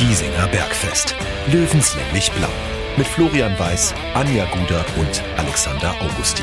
Giesinger Bergfest. Löwenslänglich blau. Mit Florian Weiß, Anja Guder und Alexander Augustin.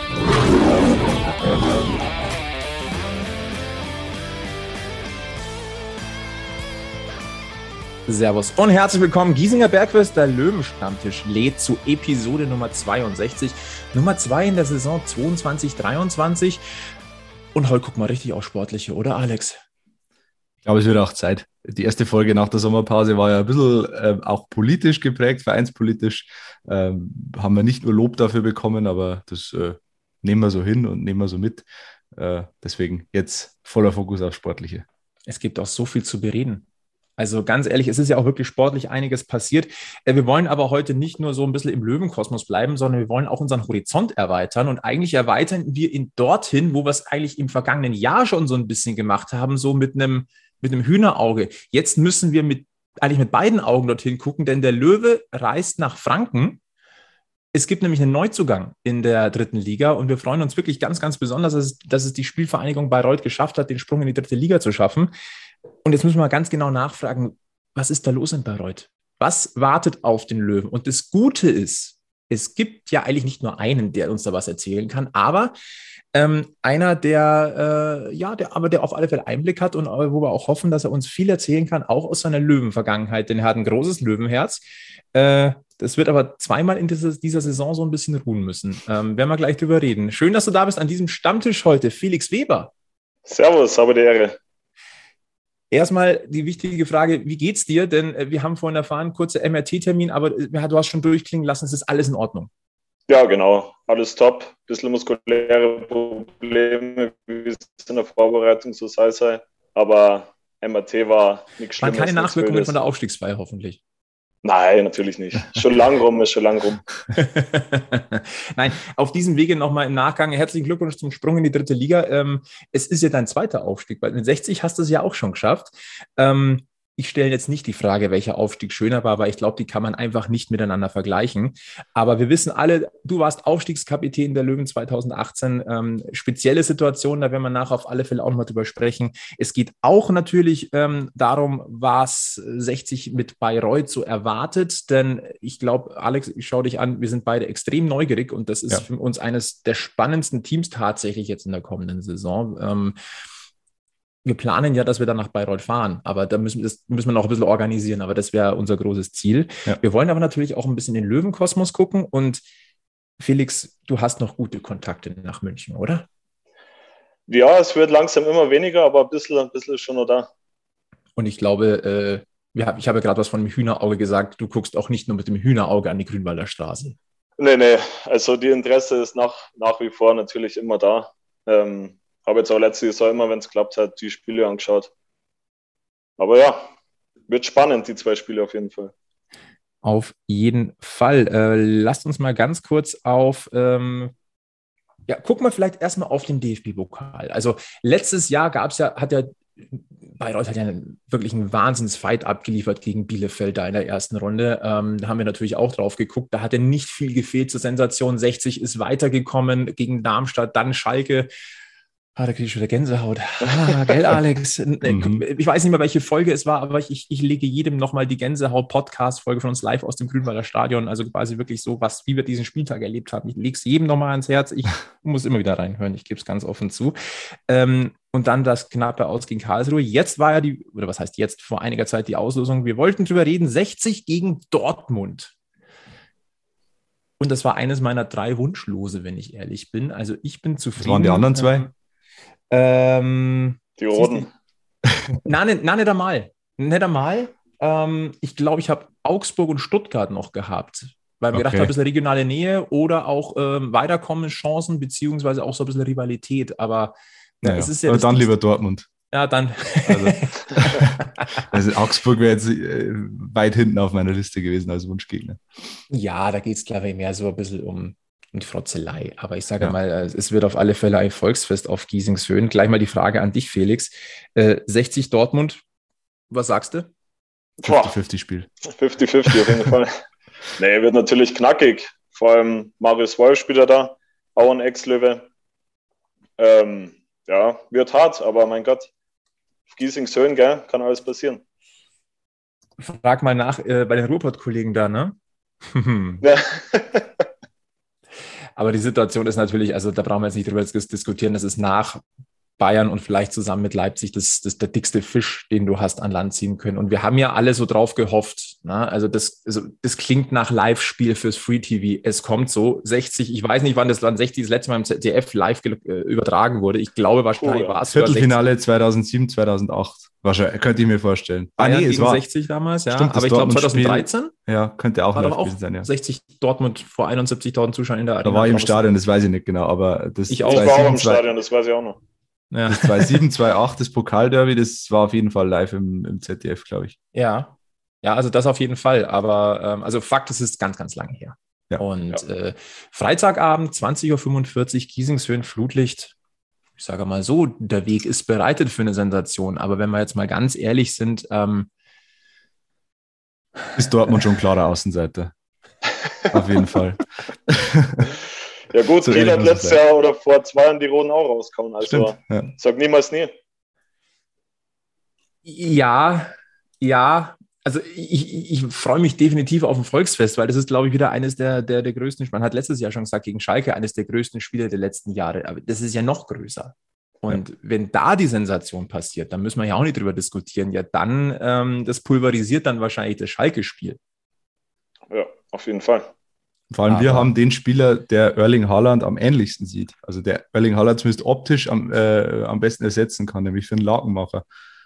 Servus und herzlich willkommen. Giesinger Bergfest, der Löwenstammtisch lädt zu Episode Nummer 62. Nummer 2 in der Saison 22/23. Und heute gucken wir richtig aufs Sportliche, oder Alex? Ich glaube, es wird auch Zeit. Die erste Folge nach der Sommerpause war ja ein bisschen auch politisch geprägt, vereinspolitisch. Haben wir nicht nur Lob dafür bekommen, aber das nehmen wir so hin und nehmen wir so mit. Deswegen jetzt voller Fokus auf Sportliche. Es gibt auch so viel zu bereden. Also ganz ehrlich, es ist ja auch wirklich sportlich einiges passiert. Wir wollen aber heute nicht nur so ein bisschen im Löwenkosmos bleiben, sondern wir wollen auch unseren Horizont erweitern. Und eigentlich erweitern wir ihn dorthin, wo wir es eigentlich im vergangenen Jahr schon so ein bisschen gemacht haben, so mit einem Hühnerauge. Jetzt müssen wir eigentlich mit beiden Augen dorthin gucken, denn der Löwe reist nach Franken. Es gibt nämlich einen Neuzugang in der dritten Liga und wir freuen uns wirklich ganz, ganz besonders, dass es die Spielvereinigung Bayreuth geschafft hat, den Sprung in die dritte Liga zu schaffen. Und jetzt müssen wir mal ganz genau nachfragen, was ist da los in Bayreuth? Was wartet auf den Löwen? Und das Gute ist, es gibt ja eigentlich nicht nur einen, der uns da was erzählen kann, aber einer, der auf alle Fälle Einblick hat und wo wir auch hoffen, dass er uns viel erzählen kann, auch aus seiner Löwenvergangenheit, denn er hat ein großes Löwenherz. Das wird aber zweimal in dieser Saison so ein bisschen ruhen müssen. Werden wir gleich drüber reden. Schön, dass du da bist an diesem Stammtisch heute. Felix Weber. Servus, habe die Ehre. Erstmal die wichtige Frage, wie geht's dir? Denn wir haben vorhin erfahren, kurzer MRT-Termin, aber du hast schon durchklingen lassen, es ist alles in Ordnung. Ja, genau. Alles top. Ein bisschen muskuläre Probleme, wie es in der Vorbereitung so sei. Aber MRT war nichts Schlimmes. Waren keine Nachwirkungen von der Aufstiegsfeier hoffentlich? Nein, natürlich nicht. Ist schon lang rum. Nein, auf diesem Wege nochmal im Nachgang herzlichen Glückwunsch zum Sprung in die dritte Liga. Es ist ja dein zweiter Aufstieg, weil mit 60 hast du es ja auch schon geschafft. Ich stelle jetzt nicht die Frage, welcher Aufstieg schöner war, weil ich glaube, die kann man einfach nicht miteinander vergleichen. Aber wir wissen alle, du warst Aufstiegskapitän der Löwen 2018. Spezielle Situation, da werden wir nachher auf alle Fälle auch nochmal drüber sprechen. Es geht auch natürlich darum, was 60 mit Bayreuth so erwartet. Denn ich glaube, Alex, ich schaue dich an, wir sind beide extrem neugierig und das ist für uns eines der spannendsten Teams tatsächlich jetzt in der kommenden Saison. Wir planen ja, dass wir dann nach Bayreuth fahren, aber da müssen wir noch ein bisschen organisieren, aber das wäre unser großes Ziel. Ja. Wir wollen aber natürlich auch ein bisschen in den Löwenkosmos gucken und Felix, du hast noch gute Kontakte nach München, oder? Ja, es wird langsam immer weniger, aber ein bisschen ist schon noch da. Und ich glaube, ich habe ja gerade was von dem Hühnerauge gesagt, du guckst auch nicht nur mit dem Hühnerauge an die Grünwalder Straße. Nee, also die Interesse ist nach wie vor natürlich immer da. Habe jetzt auch letzte Saison immer, wenn es klappt hat, die Spiele angeschaut. Aber ja, wird spannend, die 2 Spiele auf jeden Fall. Auf jeden Fall. Lasst uns mal ganz kurz gucken wir vielleicht erstmal auf den DFB-Pokal. Also letztes Jahr Bayreuth hat ja wirklich einen Wahnsinns-Fight abgeliefert gegen Bielefeld da in der ersten Runde. Da haben wir natürlich auch drauf geguckt. Da hat ja nicht viel gefehlt zur Sensation. 60 ist weitergekommen gegen Darmstadt, dann Schalke. Da kriege ich schon wieder Gänsehaut. Gell, Alex? Ich weiß nicht mehr, welche Folge es war, aber ich lege jedem nochmal die Gänsehaut-Podcast-Folge von uns live aus dem Grünwalder Stadion, also quasi wirklich so, wie wir diesen Spieltag erlebt haben. Ich lege es jedem nochmal ans Herz. Ich muss immer wieder reinhören, ich gebe es ganz offen zu. Und dann das knappe Aus gegen Karlsruhe. Jetzt war ja vor einiger Zeit die Auslosung. Wir wollten drüber reden, 60 gegen Dortmund. Und das war eines meiner 3 Wunschlose, wenn ich ehrlich bin. Also ich bin zufrieden. Was waren die anderen 2? Die Roten. Nein, nicht einmal. Ich glaube, ich habe Augsburg und Stuttgart noch gehabt, weil wir gedacht haben, ein bisschen regionale Nähe oder auch Weiterkommenschancen, beziehungsweise auch so ein bisschen Rivalität. Aber es ist ja dann lieber Dortmund. Ja, dann. Also Augsburg wäre jetzt weit hinten auf meiner Liste gewesen als Wunschgegner. Ja, da geht es, glaube ich, mehr so ein bisschen um die Frotzelei. Aber ich sage mal, es wird auf alle Fälle ein Volksfest auf Giesingshöhen. Gleich mal die Frage an dich, Felix. 60 Dortmund, was sagst du? 50-50 Spiel. 50-50 auf jeden Fall. Nee, wird natürlich knackig. Vor allem Marius Wolf spielt da, auch ein Ex-Löwe. Wird hart, aber mein Gott, auf Giesingshöhen, gell, kann alles passieren. Frag mal nach bei den Ruhrpott-Kollegen da, ne? Ja. Aber die Situation ist natürlich, also da brauchen wir jetzt nicht drüber diskutieren, das ist nach Bayern und vielleicht zusammen mit Leipzig das der dickste Fisch, den du hast an Land ziehen können. Und wir haben ja alle so drauf gehofft. Ne? Also das klingt nach Live-Spiel fürs Free-TV. Es kommt so. 60, ich weiß nicht, wann 60 das letzte Mal im ZDF live übertragen wurde. Ich glaube, wahrscheinlich war es Viertelfinale 2007, 2008. Wahrscheinlich, könnte ich mir vorstellen. Bayern es war 60 damals, ja. Stimmt, aber ich glaube 2013. Ja, könnte auch live gewesen sein, ja. 60 Dortmund vor 71.000 Zuschauern in der Arena. Da war ich im Stadion, das weiß ich nicht genau, aber das ich war auch im Stadion, das weiß ich auch noch. Ja. Das 2007, 2008, das Pokalderby, das war auf jeden Fall live im ZDF, glaube ich. Ja, also das auf jeden Fall. Aber also Fakt, es ist ganz, ganz lange her. Ja. Und Freitagabend, 20.45 Uhr, Giesingshöhen, Flutlicht. Ich sage mal so, der Weg ist bereitet für eine Sensation. Aber wenn wir jetzt mal ganz ehrlich sind, ist Dortmund schon klarer Außenseiter. Auf jeden Fall. Ja gut, so Kiel hat letztes Jahr oder vor 2 Jahren die Roten auch rauskommen. Also sag niemals nie. Ja. Also ich freue mich definitiv auf ein Volksfest, weil das ist, glaube ich, wieder eines der größten, man hat letztes Jahr schon gesagt, gegen Schalke, eines der größten Spiele der letzten Jahre. Aber das ist ja noch größer. Und wenn da die Sensation passiert, dann müssen wir ja auch nicht drüber diskutieren. Ja, dann, das pulverisiert dann wahrscheinlich das Schalke-Spiel. Ja, auf jeden Fall. Vor allem, wir haben den Spieler, der Erling Haaland am ähnlichsten sieht. Also der Erling Haaland zumindest optisch am besten ersetzen kann, nämlich für einen Lakenmacher.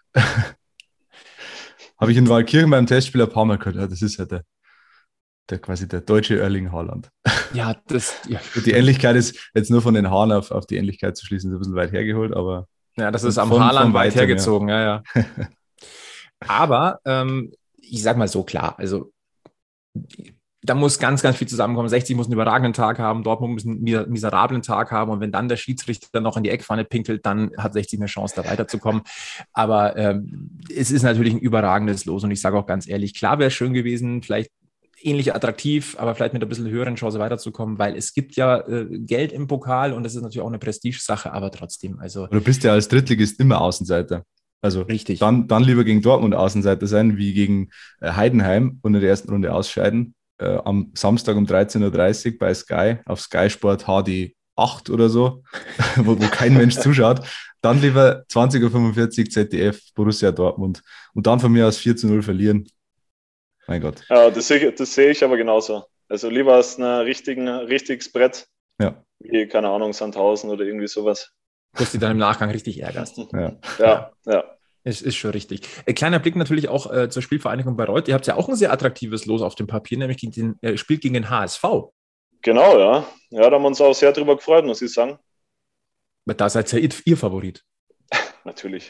Habe ich in Waldkirchen beim Testspiel ein paar Mal gehört. Ja, das ist ja quasi der deutsche Erling Haaland. Ja, die Ähnlichkeit ist jetzt nur von den Haaren auf die Ähnlichkeit zu schließen, ist ein bisschen weit hergeholt, aber. Ja, das ist am Haaland weit hergezogen, ja. Aber ich sag mal so, klar, also da muss ganz, ganz viel zusammenkommen. 60 muss einen überragenden Tag haben, Dortmund muss einen miserablen Tag haben und wenn dann der Schiedsrichter noch in die Eckpfanne pinkelt, dann hat 60 eine Chance, da weiterzukommen. Aber es ist natürlich ein überragendes Los und ich sage auch ganz ehrlich, klar wäre es schön gewesen, vielleicht ähnlich attraktiv, aber vielleicht mit ein bisschen höheren Chance weiterzukommen, weil es gibt ja Geld im Pokal und das ist natürlich auch eine Prestigesache, aber trotzdem. Also du bist ja als Drittligist immer Außenseiter. Also richtig. Dann lieber gegen Dortmund Außenseiter sein, wie gegen Heidenheim und in der ersten Runde ausscheiden. Am Samstag um 13.30 Uhr bei Sky, auf Sky Sport HD 8 oder so, wo kein Mensch zuschaut. Dann lieber 20.45 Uhr ZDF, Borussia Dortmund und dann von mir aus 4-0 verlieren. Mein Gott. Ja, das sehe ich aber genauso. Also lieber als ein richtiges Brett, wie, keine Ahnung, Sandhausen oder irgendwie sowas. Wo du dich dann im Nachgang richtig ärgerst. Ja. Es ist schon richtig. Kleiner Blick natürlich auch zur Spielvereinigung Bayreuth. Ihr habt ja auch ein sehr attraktives Los auf dem Papier, nämlich spielt gegen den HSV. Genau, ja. Ja, da haben wir uns auch sehr drüber gefreut, muss ich sagen. Da seid ja ihr Favorit. Natürlich.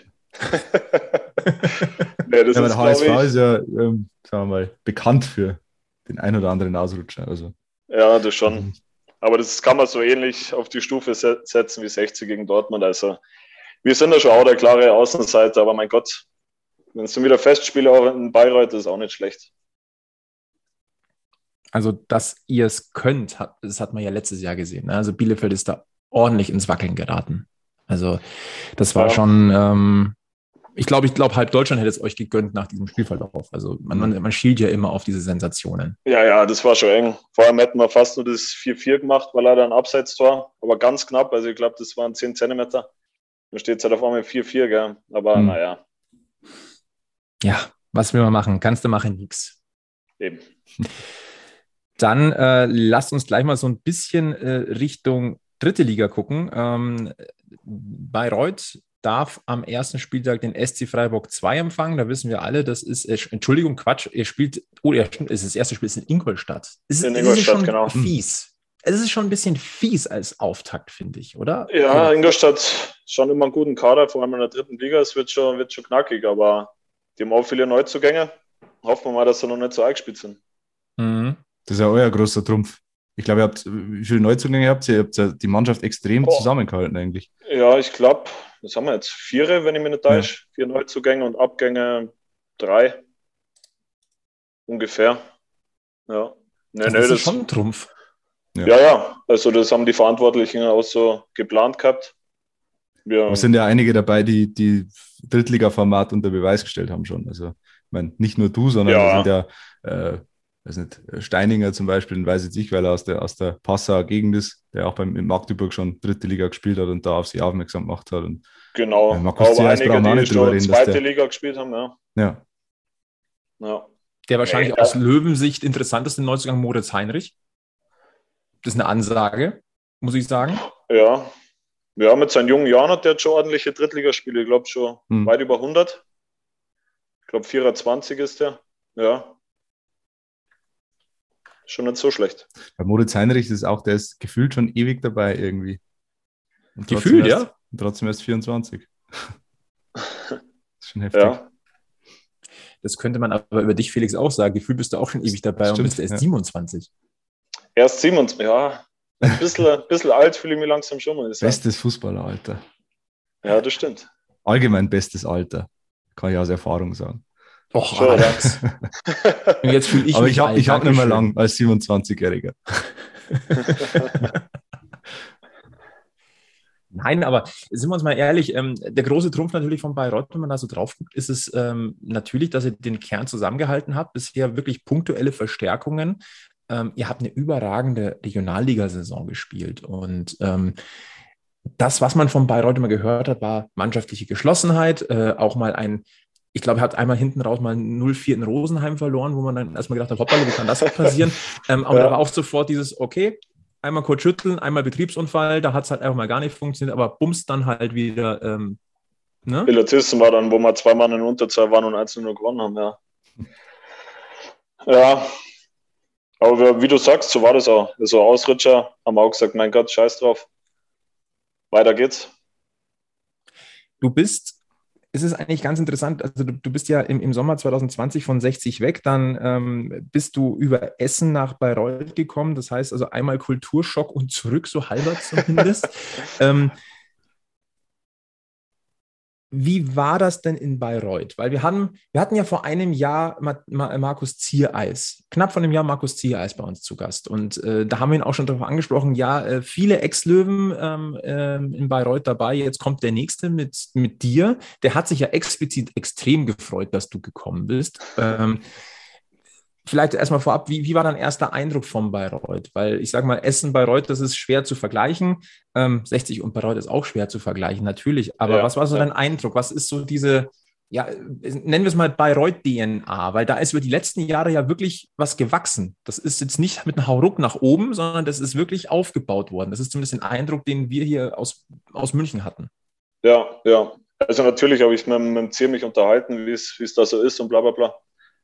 Nee, das der HSV ist ja, sagen wir mal, bekannt für den ein oder anderen Ausrutscher. Also. Ja, das schon. Aber das kann man so ähnlich auf die Stufe setzen wie 60 gegen Dortmund. Also wir sind ja schon auch der klare Außenseiter, aber mein Gott, wenn es dann wieder Festspiele auch in Bayreuth, das ist auch nicht schlecht. Also, dass ihr es könnt, das hat man ja letztes Jahr gesehen. Also Bielefeld ist da ordentlich ins Wackeln geraten. Also das war schon, ich glaube, halb Deutschland hätte es euch gegönnt nach diesem Spielverlauf. Also man schielt ja immer auf diese Sensationen. Ja, das war schon eng. Vor allem hätten wir fast nur das 4-4 gemacht, war leider ein Abseitstor, aber ganz knapp. Also ich glaube, das waren 10 Zentimeter. Da steht es halt auf einmal 4-4, gell? Aber naja. Ja, was will man machen? Kannst du machen, nix. Eben. Dann lasst uns gleich mal so ein bisschen Richtung dritte Liga gucken. Bayreuth darf am ersten Spieltag den SC Freiburg 2 empfangen. Da wissen wir alle, das ist, Entschuldigung, Quatsch, es ist das erste Spiel ist in Ingolstadt. Es ist schon genau. Fies. Es ist schon ein bisschen fies als Auftakt, finde ich, oder? Ja, Ingolstadt schon immer einen guten Kader, vor allem in der dritten Liga. Es wird schon knackig, aber die haben auch viele Neuzugänge. Hoffen wir mal, dass sie noch nicht so eingespielt sind. Mhm. Das ist ja euer großer Trumpf. Ich glaube, wie viele Neuzugänge habt ihr? Ihr habt ja die Mannschaft extrem zusammengehalten eigentlich. Ja, ich glaube, was haben wir jetzt? 4, wenn ich mich nicht täusche. 4 Neuzugänge und Abgänge 3. Ungefähr. Ja. Das ist schon ein Trumpf. Ja. Also das haben die Verantwortlichen auch so geplant gehabt. Es sind ja einige dabei, die Drittliga-Format unter Beweis gestellt haben schon. Also meine, nicht nur du, sondern Ja. da sind ja, weiß nicht, Steininger zum Beispiel, den weiß jetzt ich, weil er aus der Passauer Gegend ist, der auch in Magdeburg schon 3. Liga gespielt hat und da auf sie aufmerksam gemacht hat. Und Genau, Markus aber Ziereis einige, brauchen wir auch die nicht drüber schon reden, dass 2. der, Liga gespielt haben, ja. ja, Ja. Der wahrscheinlich Nee, aus Löwensicht interessanteste Neuzugang Moritz Heinrich. Das ist eine Ansage, muss ich sagen. Ja. Ja, mit seinen jungen Jahren hat der schon ordentliche Drittligaspiele, ich glaube schon weit über 100. Ich glaube 24 ist der. Ja. Schon nicht so schlecht. bei Moritz Heinrich ist auch, der ist gefühlt schon ewig dabei irgendwie. Und Gefühlt, erst, ja. Und trotzdem erst 24. Das ist schon heftig. Ja. Das könnte man aber über dich, Felix, auch sagen. Gefühlt bist du auch schon ewig dabei Stimmt, und bist erst ja. 27. Erst 27, ja. Ein bisschen alt fühle ich mich langsam schon mal. Bestes Fußballeralter. Ja, das stimmt. Allgemein bestes Alter. Kann ich aus Erfahrung sagen. Och, Schon, Alex. Und jetzt fühle ich Aber mich ich habe alt. hab nicht mehr Dankeschön. lang als 27-Jähriger. Nein, aber sind wir uns mal ehrlich, der große Trumpf natürlich von Bayreuth, wenn man da so drauf guckt, ist es natürlich, dass ihr den Kern zusammengehalten habt. Bisher wirklich punktuelle Verstärkungen. Ihr habt eine überragende Regionalligasaison gespielt. Und das, was man von Bayreuth immer gehört hat, war mannschaftliche Geschlossenheit. Auch mal ich glaube, ihr habt einmal hinten raus mal 0-4 in Rosenheim verloren, wo man dann erstmal gedacht hat, hoppala, wie kann das passieren? Aber da war auch sofort dieses, okay, einmal kurz schütteln, einmal Betriebsunfall, da hat es halt einfach mal gar nicht funktioniert, aber bums dann halt wieder. Ne? Pilotissen war dann, wo wir 2 Mann in Unterzahl waren und 1-0 gewonnen haben, ja. Ja, aber wie du sagst, so war das auch. So Ausrutscher haben wir auch gesagt, mein Gott, scheiß drauf. Weiter geht's. Es ist eigentlich ganz interessant, also du bist ja im Sommer 2020 von 60 weg, dann bist du über Essen nach Bayreuth gekommen, das heißt also einmal Kulturschock und zurück, so halber zumindest. Wie war das denn in Bayreuth? Weil wir hatten ja vor einem Jahr Markus Ziereis, knapp vor einem Jahr Markus Ziereis bei uns zu Gast. Und da haben wir ihn auch schon darauf angesprochen, ja, viele Ex-Löwen in Bayreuth dabei. Jetzt kommt der Nächste mit dir. Der hat sich ja explizit extrem gefreut, dass du gekommen bist. Vielleicht erstmal vorab, wie war dein erster Eindruck von Bayreuth? Weil ich sage mal, Essen-Bayreuth, das ist schwer zu vergleichen. 60 und Bayreuth ist auch schwer zu vergleichen, natürlich. Aber was war so dein Eindruck? Was ist so diese, ja, nennen wir es mal Bayreuth-DNA? Weil da ist über die letzten Jahre ja wirklich was gewachsen. Das ist jetzt nicht mit einem Hauruck nach oben, sondern das ist wirklich aufgebaut worden. Das ist zumindest ein Eindruck, den wir hier aus München hatten. Ja. Also natürlich habe ich mit dem Zier mich unterhalten, wie es da so ist und bla bla bla.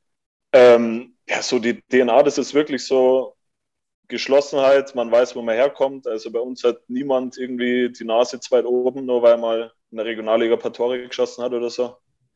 Ja, so die DNA, das ist wirklich so Geschlossenheit, man weiß, wo man herkommt. Also bei uns hat niemand irgendwie die Nase zu weit oben, nur weil er mal in der Regionalliga ein paar Tore geschossen hat oder so.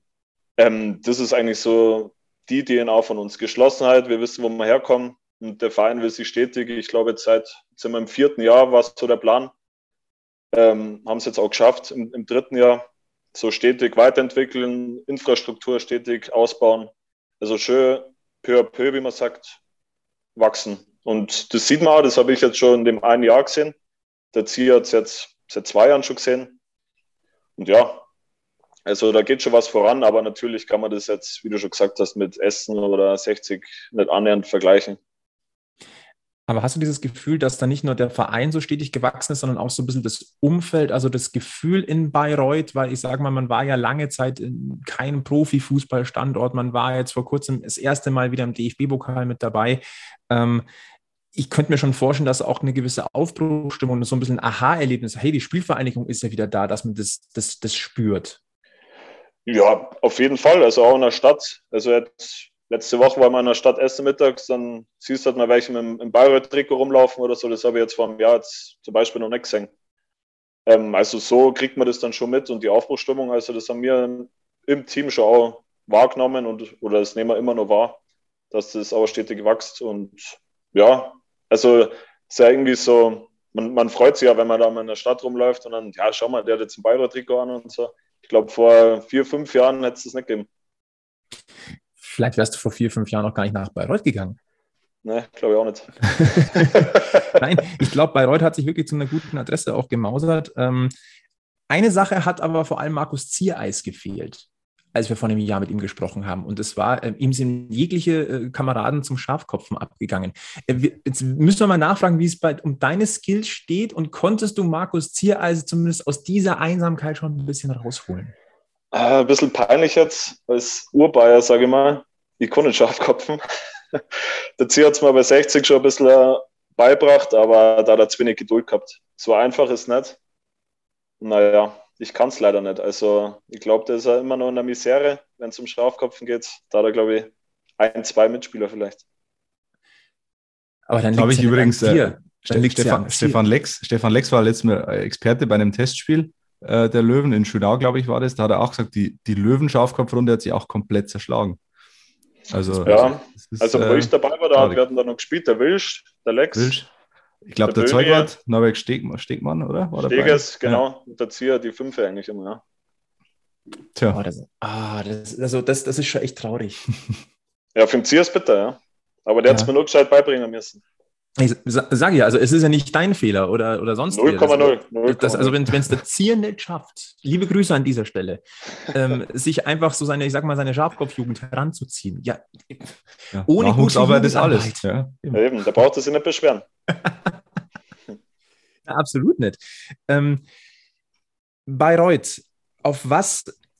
Das ist eigentlich so die DNA von uns. Geschlossenheit, wir wissen, wo wir herkommen und der Verein will sich stetig. Ich glaube, jetzt sind wir im 4. Jahr, war so der Plan. Haben es jetzt auch geschafft, im 3. Jahr so stetig weiterentwickeln, Infrastruktur stetig ausbauen. Also schön peu à peu, wie man sagt, wachsen. Und das sieht man auch, das habe ich jetzt schon in dem einen Jahr gesehen. Der Zier hat es jetzt seit 2 Jahren schon gesehen. Und ja, also da geht schon was voran, aber natürlich kann man das jetzt, wie du schon gesagt hast, mit Essen oder 60 nicht annähernd vergleichen. Aber hast du dieses Gefühl, dass da nicht nur der Verein so stetig gewachsen ist, sondern auch so ein bisschen das Umfeld, also das Gefühl in Bayreuth, weil ich sage mal, man war ja lange Zeit in keinem Profifußballstandort, man war jetzt vor kurzem das erste Mal wieder im DFB-Pokal mit dabei. Ich könnte mir schon vorstellen, dass auch eine gewisse Aufbruchstimmung, so ein bisschen Aha-Erlebnis, hey, die Spielvereinigung ist ja wieder da, dass man das spürt. Ja, auf jeden Fall, also auch in der Stadt. Also jetzt letzte Woche war man in der Stadt Essen mittags, dann siehst du halt mal welche im Bayreuth-Trikot rumlaufen oder so. Das habe ich jetzt vor einem Jahr jetzt zum Beispiel noch nicht gesehen. Also so kriegt man das dann schon mit und die Aufbruchstimmung, also das haben wir im Team schon auch wahrgenommen oder das nehmen wir immer noch wahr, dass das auch stetig wächst. Und ja, also es ist ja irgendwie so, man freut sich ja, wenn man da mal in der Stadt rumläuft und dann, ja, schau mal, der hat jetzt ein Bayreuth-Trikot an und so. Ich glaube, vor 4, 5 Jahren hätte es das nicht gegeben. Vielleicht wärst du vor 4, 5 Jahren noch gar nicht nach Bayreuth gegangen. Ne, glaube ich auch nicht. Nein, ich glaube, Bayreuth hat sich wirklich zu einer guten Adresse auch gemausert. Eine Sache hat aber vor allem Markus Ziereis gefehlt. als wir vor einem Jahr mit ihm gesprochen haben. Und es war, ihm sind jegliche Kameraden zum Schafkopfen abgegangen. Jetzt müssen wir mal nachfragen, wie es um deine Skills steht. Und konntest du Markus Ziereisen zumindest aus dieser Einsamkeit schon ein bisschen rausholen? Ein bisschen peinlich jetzt, als Urbayer, sage ich mal. Ich kann nicht Schafkopfen. Der Zier hat es mir bei 60 schon ein bisschen beibracht, aber da hat er zu wenig Geduld gehabt. So einfach ist es nicht. Naja, ich kann es leider nicht. Also ich glaube, da ist er immer noch in der Misere, wenn es um Schafkopfen geht. Da hat er, glaube ich, 1, 2 Mitspieler vielleicht. Aber dann habe ich ja übrigens Stefan Lex war letztes Mal Experte bei einem Testspiel der Löwen in Schönau, glaube ich, war das. Da hat er auch gesagt, die Löwen-Schafkopfrunde hat sich auch komplett zerschlagen. Also, ja, wo ich dabei war, wir hatten da noch gespielt, der Wilsch, der Lex. Wilsch. Ich glaube, der Zeugwart, Norbert Stegmann, oder? Stegers, genau. Ja. Und der Zier, die 5 eigentlich immer, ja. Tja. Das ist schon echt traurig. Ja, für den Zier ist bitter, ja. Aber der hat es mir nur gescheit beibringen müssen. Ich sage ja, also es ist ja nicht dein Fehler oder sonst 0,0. Also wenn es der Zier nicht schafft, liebe Grüße an dieser Stelle, sich einfach so seine Schafkopfjugend heranzuziehen. Ja, ohne Nachwuchsarbeit ist alles. Ja, eben, da braucht er sich nicht beschweren. Ja, absolut nicht. Bayreuth, auf was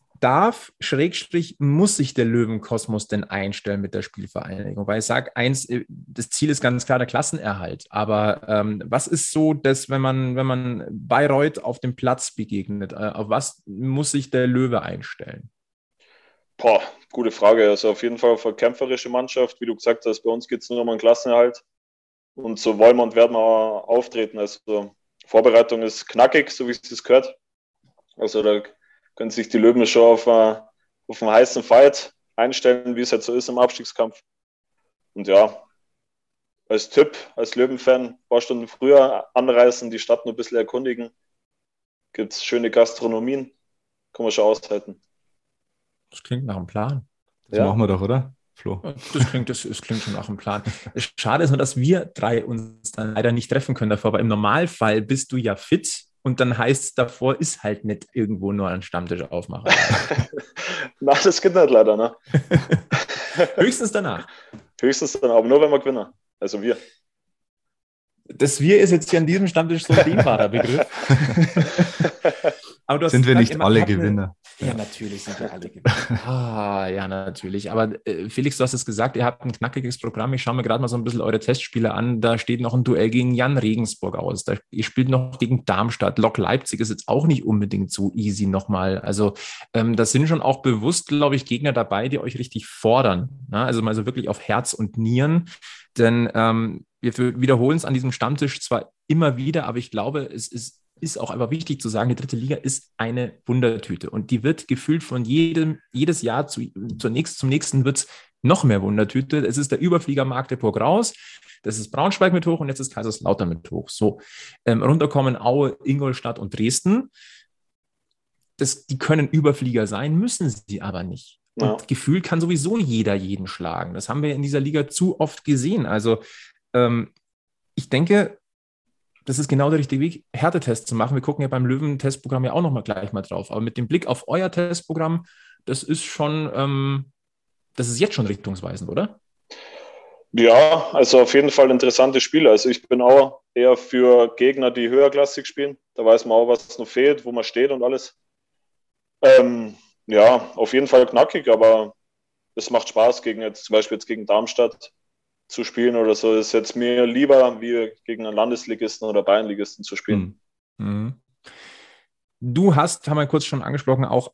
muss sich der Löwenkosmos denn einstellen mit der Spielvereinigung? Weil ich sage, das Ziel ist ganz klar der Klassenerhalt. Aber was ist so, dass wenn man Bayreuth auf dem Platz begegnet, auf was muss sich der Löwe einstellen? Gute Frage. Also auf jeden Fall auf eine kämpferische Mannschaft. Wie du gesagt hast, bei uns geht es nur um einen Klassenerhalt. Und so wollen wir und werden wir auch auftreten. Also Vorbereitung ist knackig, so wie es das gehört. Also da können sich die Löwen schon auf einen heißen Fight einstellen, wie es halt so ist im Abstiegskampf. Und ja, als Tipp, als Löwen-Fan, ein paar Stunden früher anreisen, die Stadt nur ein bisschen erkundigen. Gibt es schöne Gastronomien, kann man schon aushalten. Das klingt nach einem Plan. Das machen wir doch, oder, Flo? Das klingt schon nach einem Plan. Schade ist nur, dass wir 3 uns dann leider nicht treffen können davor, aber im Normalfall bist du ja fit. Und dann heißt es, davor ist halt nicht irgendwo nur ein Stammtisch aufmachen. Nein, das geht nicht leider, ne? Höchstens danach. Aber nur wenn wir gewinnen. Also wir. Das Wir ist jetzt hier an diesem Stammtisch so ein dehnbarer Begriff. Aber sind wir nicht alle Gewinner? Ja, natürlich sind wir alle Gewinner. Ja, natürlich. Aber Felix, du hast es gesagt, ihr habt ein knackiges Programm. Ich schaue mir gerade mal so ein bisschen eure Testspiele an. Da steht noch ein Duell gegen Jan Regensburg aus. Ihr spielt noch gegen Darmstadt. Lok Leipzig ist jetzt auch nicht unbedingt so easy nochmal. Also das sind schon auch bewusst, glaube ich, Gegner dabei, die euch richtig fordern. Na? Also mal so wirklich auf Herz und Nieren. Denn wir wiederholen es an diesem Stammtisch zwar immer wieder, aber ich glaube, es ist auch einfach wichtig zu sagen, die 3. Liga ist eine Wundertüte und die wird gefühlt von jedes Jahr zum nächsten wird es noch mehr Wundertüte. Es ist der Überflieger Magdeburg raus, das ist Braunschweig mit hoch und jetzt ist Kaiserslautern mit hoch. So, runterkommen Aue, Ingolstadt und Dresden. Die können Überflieger sein, müssen sie aber nicht. Und ja. Gefühlt kann sowieso jeder jeden schlagen. Das haben wir in dieser Liga zu oft gesehen. Also ich denke, das ist genau der richtige Weg, Härtetests zu machen. Wir gucken ja beim Löwen-Testprogramm ja auch noch gleich mal drauf. Aber mit dem Blick auf euer Testprogramm, das ist schon, das ist jetzt schon richtungsweisend, oder? Ja, also auf jeden Fall interessante Spiele. Also ich bin auch eher für Gegner, die höherklassig spielen. Da weiß man auch, was noch fehlt, wo man steht und alles. Ja, auf jeden Fall knackig, aber es macht Spaß, zum Beispiel jetzt gegen Darmstadt zu spielen oder so. Das ist jetzt mir lieber, wie gegen einen Landesligisten oder Bayernligisten zu spielen. Mhm. Du hast, haben wir kurz schon angesprochen, auch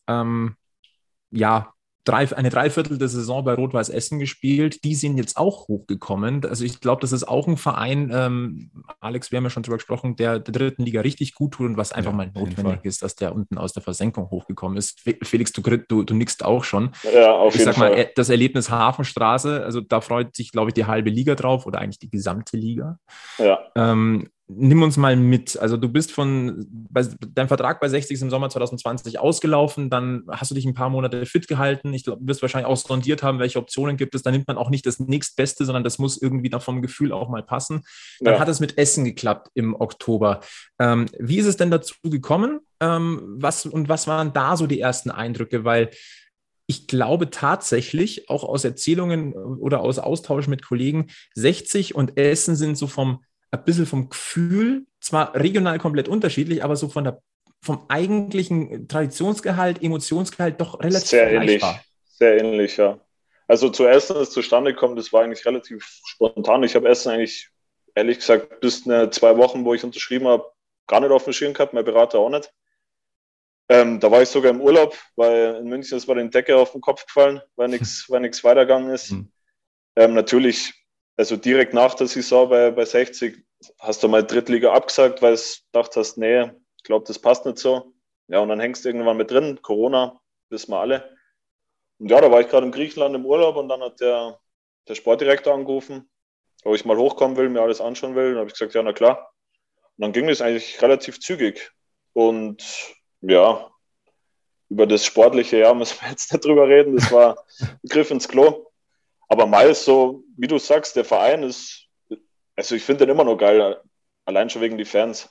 eine Dreiviertel der Saison bei Rot-Weiß Essen gespielt. Die sind jetzt auch hochgekommen. Also ich glaube, das ist auch ein Verein, Alex, wir haben ja schon drüber gesprochen, der 3. Liga richtig gut tut und was einfach mal notwendig ist, dass der unten aus der Versenkung hochgekommen ist. Felix, du nickst auch schon. Ja, auf jeden Fall. Ich sag mal, das Erlebnis Hafenstraße, also da freut sich, glaube ich, die halbe Liga drauf oder eigentlich die gesamte Liga. Ja. Nimm uns mal mit. Also du bist dein Vertrag bei 60 ist im Sommer 2020 ausgelaufen, dann hast du dich ein paar Monate fit gehalten. Ich glaube, du wirst wahrscheinlich auch sondiert haben, welche Optionen gibt es. Da nimmt man auch nicht das nächstbeste, sondern das muss irgendwie dann vom Gefühl auch mal passen. Dann hat es mit Essen geklappt im Oktober. Wie ist es denn dazu gekommen? Was waren da so die ersten Eindrücke? Weil Ich glaube tatsächlich, auch aus Erzählungen oder aus Austausch mit Kollegen, 60 und Essen sind so ein bisschen vom Gefühl, zwar regional komplett unterschiedlich, aber so vom eigentlichen Traditionsgehalt, Emotionsgehalt doch relativ vergleichbar. Sehr ähnlich, ja. Also zu Essen ist zustande gekommen, das war eigentlich relativ spontan. Ich habe Essen eigentlich, ehrlich gesagt, bis 2 Wochen, wo ich unterschrieben habe, gar nicht auf dem Schirm gehabt, mein Berater auch nicht. Da war ich sogar im Urlaub, weil in München ist mir die Decke auf den Kopf gefallen, weil nichts weitergegangen ist. Natürlich, also direkt nach der Saison bei 60 hast du mal Drittliga abgesagt, weil du gedacht hast, nee, ich glaube, das passt nicht so. Ja, und dann hängst du irgendwann mit drin, Corona, wissen wir alle. Und ja, da war ich gerade in Griechenland im Urlaub und dann hat der Sportdirektor angerufen, ob ich mal hochkommen will, mir alles anschauen will. Und habe ich gesagt, ja, na klar. Und dann ging das eigentlich relativ zügig. Und ja, über das Sportliche, ja, müssen wir jetzt nicht drüber reden. Das war ein Griff ins Klo. Aber meist so, wie du sagst, der Verein ist, also ich finde den immer noch geil, allein schon wegen die Fans.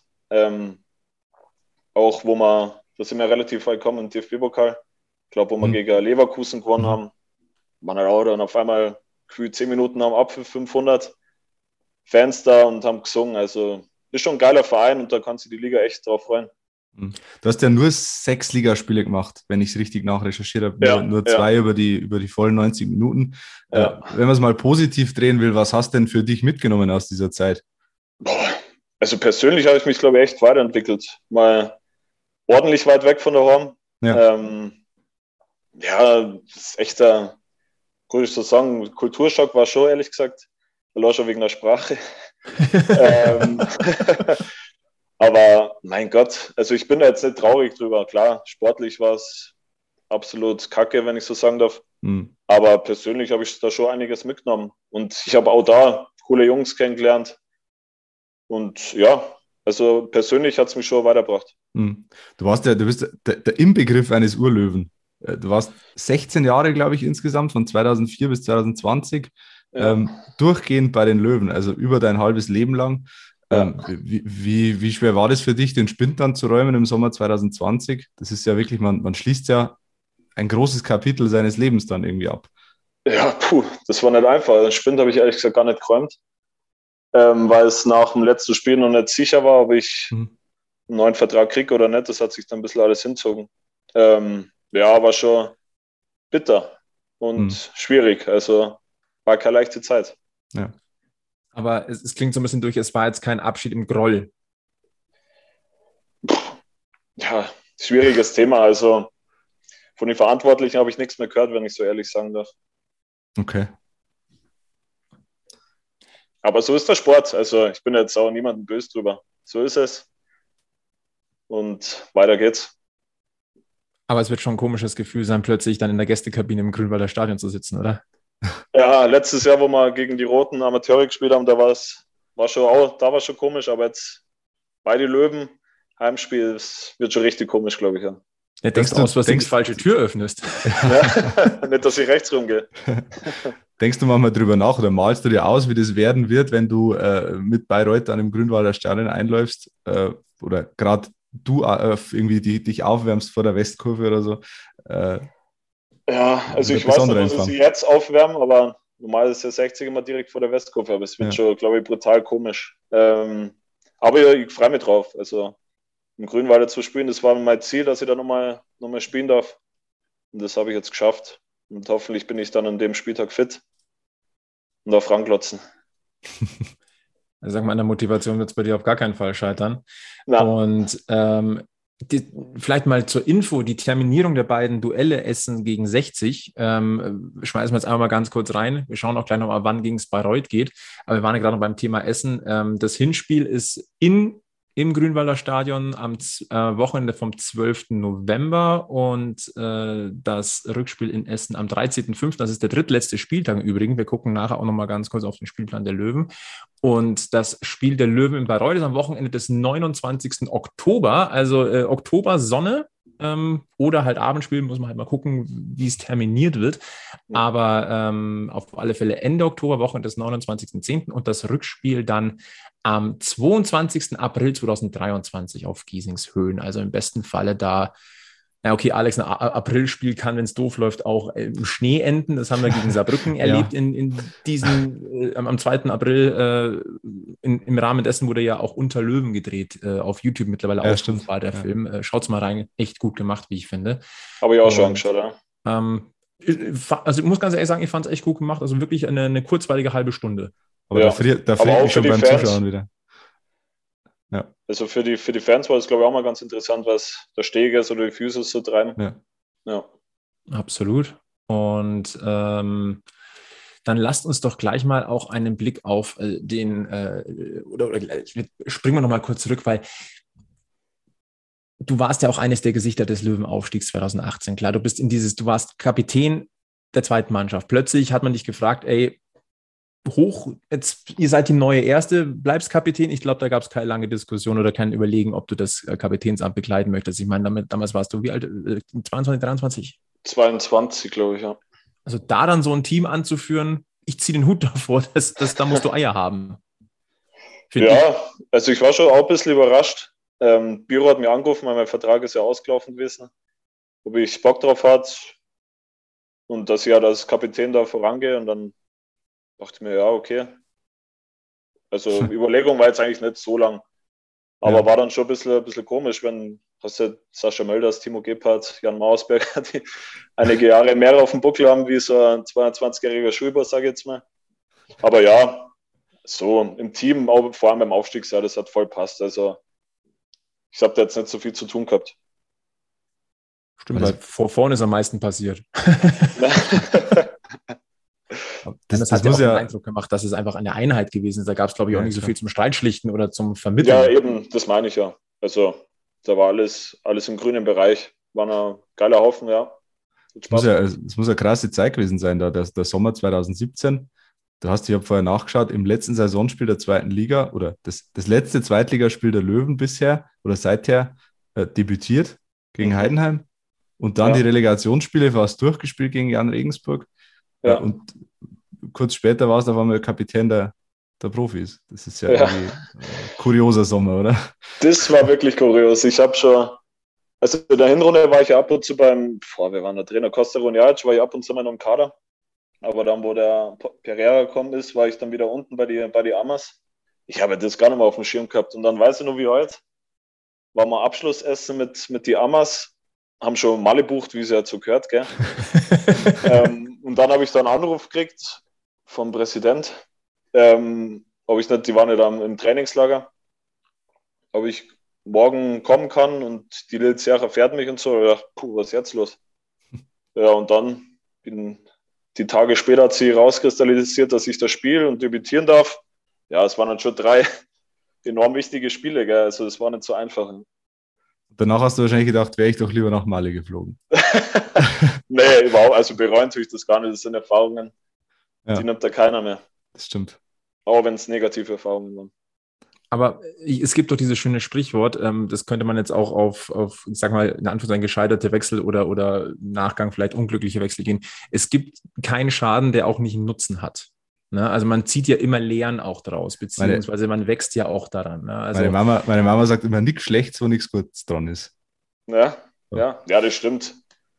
Auch da sind wir relativ weit gekommen im DFB-Pokal. Ich glaube, wo wir gegen Leverkusen gewonnen haben, waren halt auch dann auf einmal gefühlt 10 Minuten am Abpfiff 500 Fans da und haben gesungen. Also ist schon ein geiler Verein und da kann sich die Liga echt drauf freuen. Du hast ja nur 6 Ligaspiele gemacht, wenn ich es richtig nachrecherchiert habe. Ja, nur 2 über die vollen 90 Minuten. Ja. Wenn man es mal positiv drehen will, was hast du denn für dich mitgenommen aus dieser Zeit? Also persönlich habe ich mich, glaube ich, echt weiterentwickelt. Mal ordentlich weit weg von daheim. Ja, das ist echt ein, gut ich so sagen, Kulturschock war schon, ehrlich gesagt. Allein schon wegen der Sprache. Aber mein Gott, also ich bin da jetzt nicht traurig drüber. Klar, sportlich war es absolut kacke, wenn ich so sagen darf. Aber persönlich habe ich da schon einiges mitgenommen. Und ich habe auch da coole Jungs kennengelernt. Und ja, also persönlich hat es mich schon weitergebracht. Du bist der Inbegriff eines Urlöwen. Du warst 16 Jahre, glaube ich, insgesamt, von 2004 bis 2020, durchgehend bei den Löwen, also über dein halbes Leben lang. Wie schwer war das für dich, den Spind dann zu räumen im Sommer 2020? Das ist ja wirklich, man schließt ja ein großes Kapitel seines Lebens dann irgendwie ab. Ja, das war nicht einfach. Den Spind habe ich ehrlich gesagt gar nicht geräumt, weil es nach dem letzten Spiel noch nicht sicher war, ob ich einen neuen Vertrag kriege oder nicht. Das hat sich dann ein bisschen alles hinzogen. Ja, war schon bitter und schwierig. Also war keine leichte Zeit. Ja. Aber es klingt so ein bisschen durch, es war jetzt kein Abschied im Groll. Ja, schwieriges Thema. Also von den Verantwortlichen habe ich nichts mehr gehört, wenn ich so ehrlich sagen darf. Okay. Aber so ist der Sport. Also ich bin jetzt auch niemandem böse drüber. So ist es. Und weiter geht's. Aber es wird schon ein komisches Gefühl sein, plötzlich dann in der Gästekabine im Grünwalder Stadion zu sitzen, oder? Ja, letztes Jahr, wo wir gegen die Roten Amateure gespielt haben, da war schon komisch, aber jetzt bei die Löwen, Heimspiel, das wird schon richtig komisch, glaube ich. Ja. Ja, denkst du, dass du die falsche Tür öffnest? Ja, nicht, dass ich rechts rumgehe. Denkst du manchmal drüber nach oder malst du dir aus, wie das werden wird, wenn du mit Bayreuth dann im Grünwalder Stadion einläufst oder gerade du irgendwie dich aufwärmst vor der Westkurve oder so? Ja, also ich weiß nicht, dass ich jetzt aufwärme, aber normal ist der 60 immer direkt vor der Westkurve, aber es wird schon, glaube ich, brutal komisch. Aber ich freue mich drauf. Also im Grünwalder zu spielen, das war mein Ziel, dass ich da nochmal spielen darf. Und das habe ich jetzt geschafft. Und hoffentlich bin ich dann an dem Spieltag fit und auf Ranglotzen. Also sag mal, an der Motivation wird es bei dir auf gar keinen Fall scheitern. Na. Und vielleicht mal zur Info, die Terminierung der beiden Duelle Essen gegen 60, schmeißen wir jetzt einmal mal ganz kurz rein. Wir schauen auch gleich nochmal, wann gegen es Bayreuth geht. Aber wir waren ja gerade noch beim Thema Essen. Das Hinspiel ist im Grünwalder Stadion am Wochenende vom 12. November und das Rückspiel in Essen am 13.05. Das ist der drittletzte Spieltag im Übrigen. Wir gucken nachher auch nochmal ganz kurz auf den Spielplan der Löwen. Und das Spiel der Löwen in Bayreuth ist am Wochenende des 29. Oktober, also Oktobersonne oder halt Abendspiel, muss man halt mal gucken, wie es terminiert wird. Aber auf alle Fälle Ende Oktober, Wochenende des 29.10. und das Rückspiel dann am 22. April 2023 auf Giesingshöhen. Also im besten Falle da Ja, okay, Alex, ein Aprilspiel kann, wenn es doof läuft, auch im Schnee enden. Das haben wir gegen Saarbrücken erlebt in diesen, am 2. April. Im Rahmen dessen wurde ja auch Unter Löwen gedreht, auf YouTube mittlerweile abrufbar, der Film. Schaut's mal rein, echt gut gemacht, wie ich finde. Habe ich auch schon angeschaut, ja. Also ich muss ganz ehrlich sagen, ich fand es echt gut gemacht. Also wirklich eine kurzweilige halbe Stunde. Aber da friert mich schon beim Zuschauen wieder. Ja. Also für die Fans war das, glaube ich, auch mal ganz interessant, was der Stege oder die Füße so treiben. Ja. Absolut. Und dann lasst uns doch gleich mal auch einen Blick auf springen wir nochmal kurz zurück, weil du warst ja auch eines der Gesichter des Löwenaufstiegs 2018. Klar, du warst Kapitän der zweiten Mannschaft. Plötzlich hat man dich gefragt, ey, ihr seid die neue Erste, bleibst Kapitän. Ich glaube, da gab es keine lange Diskussion oder kein Überlegen, ob du das Kapitänsamt bekleiden möchtest. Ich meine, damals warst du wie alt? 22, 23? 22, glaube ich, ja. Also da dann so ein Team anzuführen, ich ziehe den Hut davor, da musst du Eier haben. Also ich war schon auch ein bisschen überrascht. Biro hat mich angerufen, weil mein Vertrag ist ja ausgelaufen gewesen, ob ich Bock drauf hatte und dass ich ja als Kapitän da vorangehe, und dann dachte ich mir, ja, okay. Also Überlegung war jetzt eigentlich nicht so lang. Aber war dann schon ein bisschen komisch, wenn hast du Sascha Mölders, Timo Gebhardt, Jan Mausberger, die einige Jahre mehr auf dem Buckel haben wie so ein 22-jähriger Schulboy, sage ich jetzt mal. Aber ja, so im Team, auch vor allem beim Aufstiegsjahr, das hat voll passt. Also ich habe da jetzt nicht so viel zu tun gehabt. Stimmt, weil vorne ist am meisten passiert. Das hat ja auch den Eindruck gemacht, dass es einfach eine Einheit gewesen ist. Da gab es, glaube ich, auch nicht so viel zum Streitschlichten oder zum Vermitteln. Ja, eben, das meine ich ja. Also da war alles im grünen Bereich. War ein geiler Haufen, ja. Es muss ja eine krasse Zeit gewesen sein, da der Sommer 2017. Ich habe vorher nachgeschaut, im letzten Saisonspiel der zweiten Liga oder das letzte Zweitligaspiel der Löwen bisher oder seither debütiert gegen Heidenheim und dann die Relegationsspiele fast durchgespielt gegen Jan Regensburg. Ja. Und kurz später war es auf einmal Kapitän der Profis. Das ist ja irgendwie ein kurioser Sommer, oder? Das war wirklich kurios. Ich habe schon, also in der Hinrunde war ich ab und zu wir waren der Trainer Costa Runjaic, war ich ab und zu mal noch im Kader. Aber dann, wo der Pereira gekommen ist, war ich dann wieder unten bei die Amas. Ich habe das gar nicht mehr auf dem Schirm gehabt. Und dann weiß ich noch wie heute, war mal Abschlussessen mit die Amas, haben schon Malle bucht, wie es ja so gehört, gell? Und dann habe ich da einen Anruf gekriegt vom Präsident, die waren ja da im Trainingslager, ob ich morgen kommen kann, und die Lil Serra fährt mich und so. Ja, was ist jetzt los? Ja, und dann die Tage später hat sie rauskristallisiert, dass ich das spiele und debütieren darf. Ja, es waren dann schon 3 enorm wichtige Spiele, gell? Also das war nicht so einfach. Danach hast du wahrscheinlich gedacht, wäre ich doch lieber nach Mali geflogen. Nee, überhaupt, also bereuen tue ich das gar nicht. Das sind Erfahrungen, die nimmt da keiner mehr. Das stimmt. Auch wenn es negative Erfahrungen waren. Aber es gibt doch dieses schöne Sprichwort, das könnte man jetzt auch auf ich sag mal, in Anführungszeichen gescheiterte Wechsel oder Nachgang vielleicht unglückliche Wechsel gehen. Es gibt keinen Schaden, der auch nicht einen Nutzen hat. Ne? Also man zieht ja immer Lehren auch draus, beziehungsweise man wächst ja auch daran. Ne? Also, meine Mama sagt immer, nichts Schlechtes, wo nichts Gutes dran ist. Ja, das stimmt.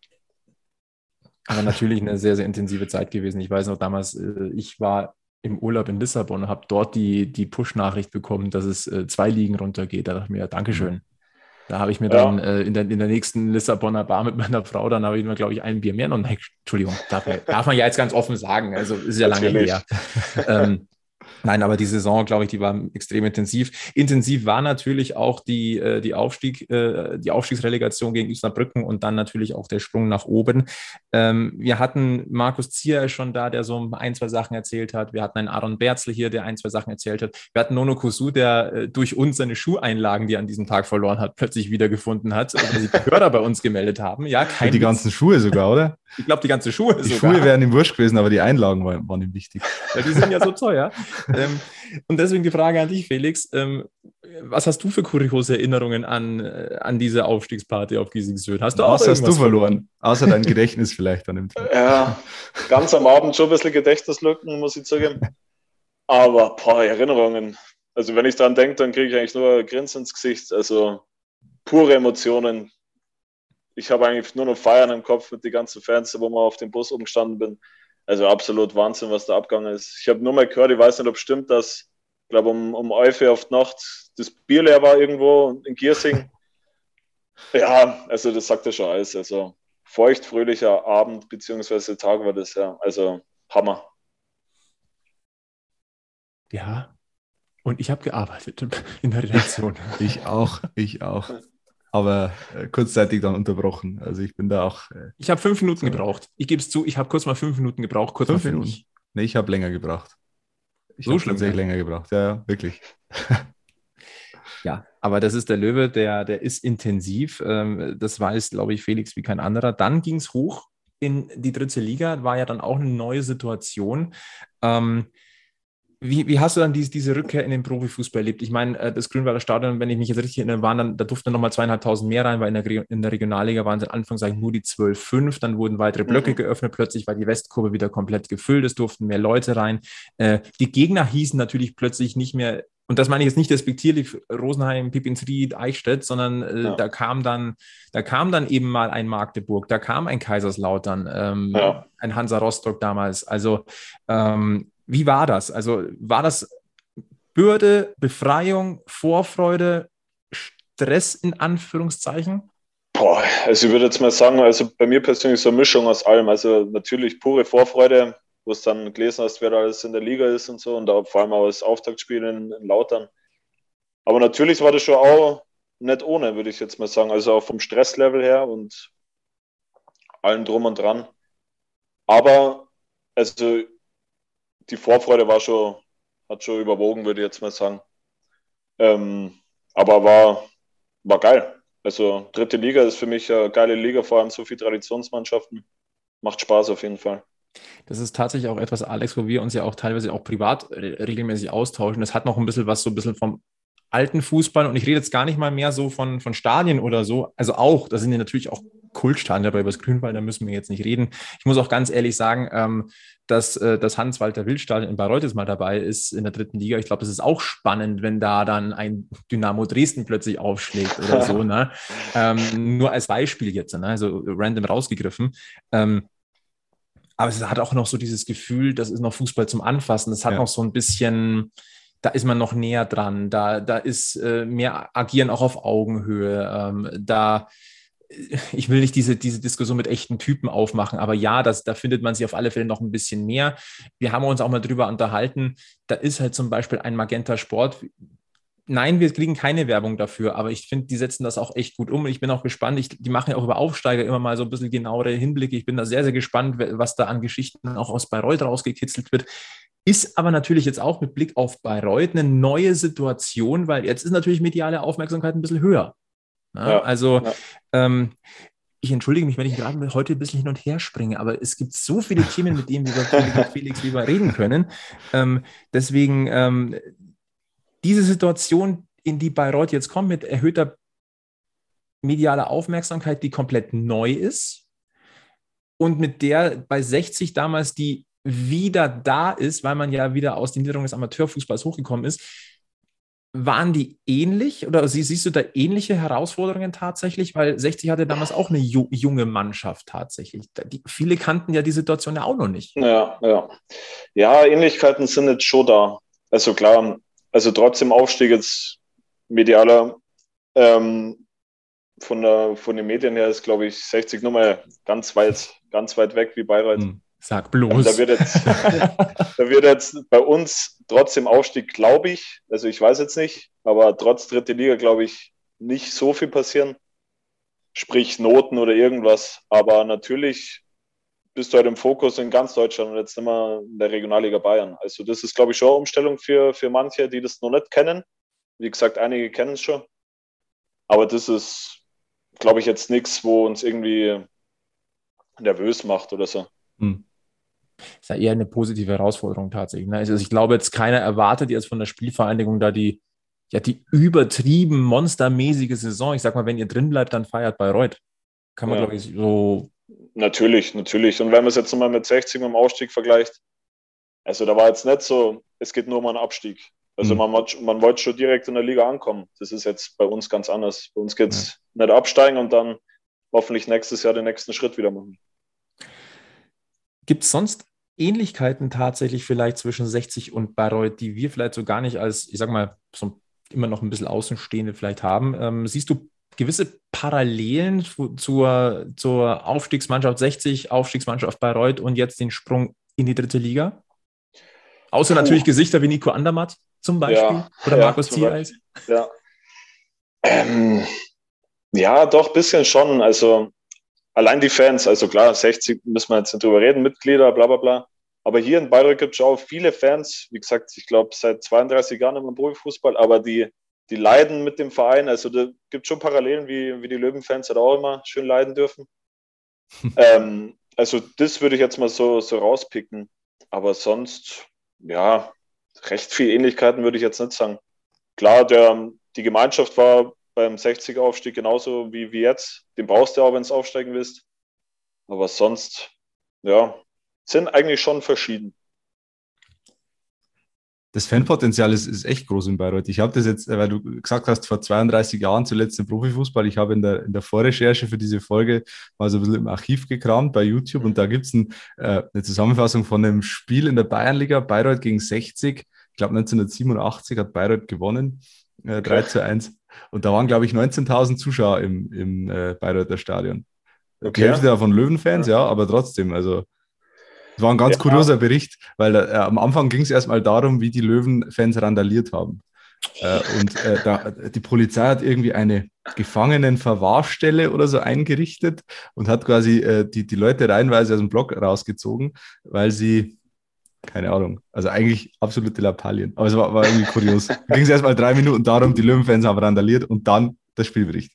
Aber natürlich eine sehr, sehr intensive Zeit gewesen. Ich weiß noch damals, ich war im Urlaub in Lissabon und habe dort die Push-Nachricht bekommen, dass es 2 Ligen runtergeht. Da dachte ich mir, Dankeschön. Da habe ich mir dann in der nächsten Lissabonner Bar mit meiner Frau, dann habe ich mir, glaube ich, ein Bier mehr noch. Entschuldigung, darf man ja jetzt ganz offen sagen. Also ist ja lange her. Nein, aber die Saison, glaube ich, die war extrem intensiv. Intensiv war natürlich auch die Aufstiegsrelegation gegen Osnabrücken und dann natürlich auch der Sprung nach oben. Wir hatten Markus Zier schon da, der so 1, 2 Sachen erzählt hat. Wir hatten einen Aaron Berzl hier, der 1, 2 Sachen erzählt hat. Wir hatten Nono Kosu, der durch uns seine Schuheinlagen, die er an diesem Tag verloren hat, plötzlich wiedergefunden hat, weil sich die Hörer bei uns gemeldet haben. Ja, die ganzen Schuhe sogar, oder? Ich glaube, die ganze Schuhe sogar. Die Schuhe wären ihm wurscht gewesen, aber die Einlagen waren ihm wichtig. Ja, die sind ja so teuer. Und deswegen die Frage an dich, Felix. Was hast du für kuriose Erinnerungen an diese Aufstiegsparty auf Giesingshöhen? Hast du auch hast du verloren? Außer dein Gedächtnis vielleicht an dem Tag. Ja, ganz am Abend schon ein bisschen Gedächtnislücken, muss ich zugeben. Aber Erinnerungen. Also wenn ich dran denke, dann kriege ich eigentlich nur ein Grinsen ins Gesicht. Also pure Emotionen. ich habe eigentlich nur noch Feiern im Kopf mit den ganzen Fans, wo man auf dem Bus umgestanden bin. Also absolut Wahnsinn, was da abgegangen ist. Ich habe nur mal gehört, ich weiß nicht, ob es stimmt, dass, ich glaube, um 11 Uhr auf die Nacht das Bier leer war irgendwo in Giersing. Ja, also das sagt ja schon alles. Also feuchtfröhlicher Abend bzw. Tag war das, ja. Also Hammer. Ja, und ich habe gearbeitet in der Redaktion. Ich auch. Aber kurzzeitig dann unterbrochen. Also ich bin da auch... Ich habe 5 Minuten gebraucht. Ich gebe es zu, ich habe kurz mal 5 Minuten gebraucht. Kurz 5 mal für Minuten? mich. Nee, ich habe länger gebraucht. Ich So habe schlimm, tatsächlich ja. länger gebraucht. Ja, wirklich. Ja, aber das ist der Löwe, der ist intensiv. Das weiß, glaube ich, Felix wie kein anderer. Dann ging es hoch in die 3. Liga, war ja dann auch eine neue Situation. Wie hast du dann diese Rückkehr in den Profifußball erlebt? Ich meine, das Grünwalder Stadion, wenn ich mich jetzt richtig erinnere, da durften dann nochmal 2.500 mehr rein, weil in der Regionalliga waren es am Anfang nur die 12,5, dann wurden weitere Blöcke geöffnet, plötzlich war die Westkurve wieder komplett gefüllt, es durften mehr Leute rein. Die Gegner hießen natürlich plötzlich nicht mehr, und das meine ich jetzt nicht despektierlich, Rosenheim, Pippins-Ried, Eichstätt, sondern da kam dann eben mal ein Magdeburg, da kam ein Kaiserslautern, ein Hansa Rostock damals. Also wie war das? Also war das Bürde, Befreiung, Vorfreude, Stress in Anführungszeichen? Boah, also ich würde jetzt mal sagen, also bei mir persönlich so eine Mischung aus allem. Also natürlich pure Vorfreude, wo es dann gelesen hast, wer da alles in der Liga ist und so und da vor allem auch das Auftaktspiel in Lautern. Aber natürlich war das schon auch nicht ohne, würde ich jetzt mal sagen. Also auch vom Stresslevel her und allem drum und dran. Aber also die Vorfreude hat schon überwogen, würde ich jetzt mal sagen. Aber war geil. Also 3. Liga ist für mich eine geile Liga, vor allem so viele Traditionsmannschaften. Macht Spaß auf jeden Fall. Das ist tatsächlich auch etwas, Alex, wo wir uns ja auch teilweise auch privat regelmäßig austauschen. Das hat noch ein bisschen vom alten Fußball, und ich rede jetzt gar nicht mal mehr so von Stadien oder so, also auch, da sind ja natürlich auch Kultstadien dabei, über das Grünwald, da müssen wir jetzt nicht reden. Ich muss auch ganz ehrlich sagen, dass das Hans-Walter-Wild-Stadion in Bayreuth jetzt mal dabei ist in der 3. Liga. Ich glaube, das ist auch spannend, wenn da dann ein Dynamo Dresden plötzlich aufschlägt oder so, ne? Nur als Beispiel jetzt, ne? Also random rausgegriffen. Aber es hat auch noch so dieses Gefühl, das ist noch Fußball zum Anfassen, das hat noch so ein bisschen... Da ist man noch näher dran, da ist mehr Agieren auch auf Augenhöhe. Ich will nicht diese Diskussion mit echten Typen aufmachen, aber ja, da findet man sich auf alle Fälle noch ein bisschen mehr. Wir haben uns auch mal drüber unterhalten, da ist halt zum Beispiel ein Magenta Sport. Nein, wir kriegen keine Werbung dafür, aber ich finde, die setzen das auch echt gut um. Und ich bin auch gespannt, die machen ja auch über Aufsteiger immer mal so ein bisschen genauere Hinblicke. Ich bin da sehr, sehr gespannt, was da an Geschichten auch aus Bayreuth rausgekitzelt wird. Ist aber natürlich jetzt auch mit Blick auf Bayreuth eine neue Situation, weil jetzt ist natürlich mediale Aufmerksamkeit ein bisschen höher. Ich entschuldige mich, wenn ich gerade heute ein bisschen hin und her springe, aber es gibt so viele Themen, mit denen wir mit Felix lieber reden können. Deswegen diese Situation, in die Bayreuth jetzt kommt, mit erhöhter medialer Aufmerksamkeit, die komplett neu ist und mit der bei 60 damals die wieder da ist, weil man ja wieder aus den Niederungen des Amateurfußballs hochgekommen ist. Waren die ähnlich oder siehst du da ähnliche Herausforderungen tatsächlich? Weil 60 hatte damals auch eine junge Mannschaft tatsächlich. Viele kannten ja die Situation ja auch noch nicht. Ja, Ähnlichkeiten sind jetzt schon da. Also klar, also trotzdem Aufstieg jetzt medialer von den Medien her ist, glaube ich, 60 nochmal ganz weit weg wie Bayreuth. Sag bloß. Da wird jetzt bei uns trotzdem Aufstieg, glaube ich, also ich weiß jetzt nicht, aber trotz 3. Liga, glaube ich, nicht so viel passieren. Sprich Noten oder irgendwas. Aber natürlich bist du halt im Fokus in ganz Deutschland und jetzt nicht mehr in der Regionalliga Bayern. Also das ist, glaube ich, schon eine Umstellung für manche, die das noch nicht kennen. Wie gesagt, einige kennen es schon. Aber das ist, glaube ich, jetzt nichts, wo uns irgendwie nervös macht oder so. Das ist ja eher eine positive Herausforderung tatsächlich. Ne? Also ich glaube, jetzt keiner erwartet jetzt von der Spielvereinigung da die übertrieben monstermäßige Saison. Ich sag mal, wenn ihr drin bleibt, dann feiert Bayreuth. Kann man, glaube ich, so... Natürlich. Und wenn man es jetzt nochmal mit 60 mit dem Aufstieg vergleicht, also da war jetzt nicht so, es geht nur um einen Abstieg. Also man wollte schon direkt in der Liga ankommen. Das ist jetzt bei uns ganz anders. Bei uns geht es nicht absteigen und dann hoffentlich nächstes Jahr den nächsten Schritt wieder machen. Gibt es sonst Ähnlichkeiten tatsächlich vielleicht zwischen 60 und Bayreuth, die wir vielleicht so gar nicht als, ich sag mal, so immer noch ein bisschen Außenstehende vielleicht haben? Siehst du gewisse Parallelen zur Aufstiegsmannschaft 60, Aufstiegsmannschaft Bayreuth und jetzt den Sprung in die 3. Liga? Außer natürlich Gesichter wie Nico Andermatt zum Beispiel oder Markus Thiereis. Ja. Ja, doch, ein bisschen schon. Also allein die Fans, also klar, 60 müssen wir jetzt nicht drüber reden, Mitglieder, bla bla bla. Aber hier in Bayreuth gibt es auch viele Fans, wie gesagt, ich glaube seit 32 Jahren im Profifußball, aber die leiden mit dem Verein. Also da gibt es schon Parallelen, wie die Löwen-Fans halt auch immer schön leiden dürfen. Also das würde ich jetzt mal so rauspicken. Aber sonst, ja, recht viel Ähnlichkeiten würde ich jetzt nicht sagen. Klar, die Gemeinschaft war beim 60er-Aufstieg genauso wie jetzt. Den brauchst du auch, wenn du aufsteigen willst. Aber sonst, ja, sind eigentlich schon verschieden. Das Fanpotenzial ist echt groß in Bayreuth. Ich habe das jetzt, weil du gesagt hast, vor 32 Jahren zuletzt im Profifußball. Ich habe in der Vorrecherche für diese Folge mal so ein bisschen im Archiv gekramt bei YouTube und da gibt es eine Zusammenfassung von einem Spiel in der Bayernliga, Bayreuth gegen 60. Ich glaube 1987 hat Bayreuth gewonnen, 3:1. Und da waren, glaube ich, 19.000 Zuschauer im Bayreuther Stadion. Okay. Die Hälfte davon Löwenfans, ja, aber trotzdem, also es war ein ganz kurioser Bericht, weil am Anfang ging es erstmal darum, wie die Löwenfans randaliert haben. Die Polizei hat irgendwie eine Gefangenenverwahrstelle oder so eingerichtet und hat quasi die Leute reihenweise aus dem Block rausgezogen, weil sie, keine Ahnung, also eigentlich absolute Lappalien. Aber es war irgendwie kurios. Da ging es erstmal 3 Minuten darum, die Löwenfans haben randaliert und dann der Spielbericht.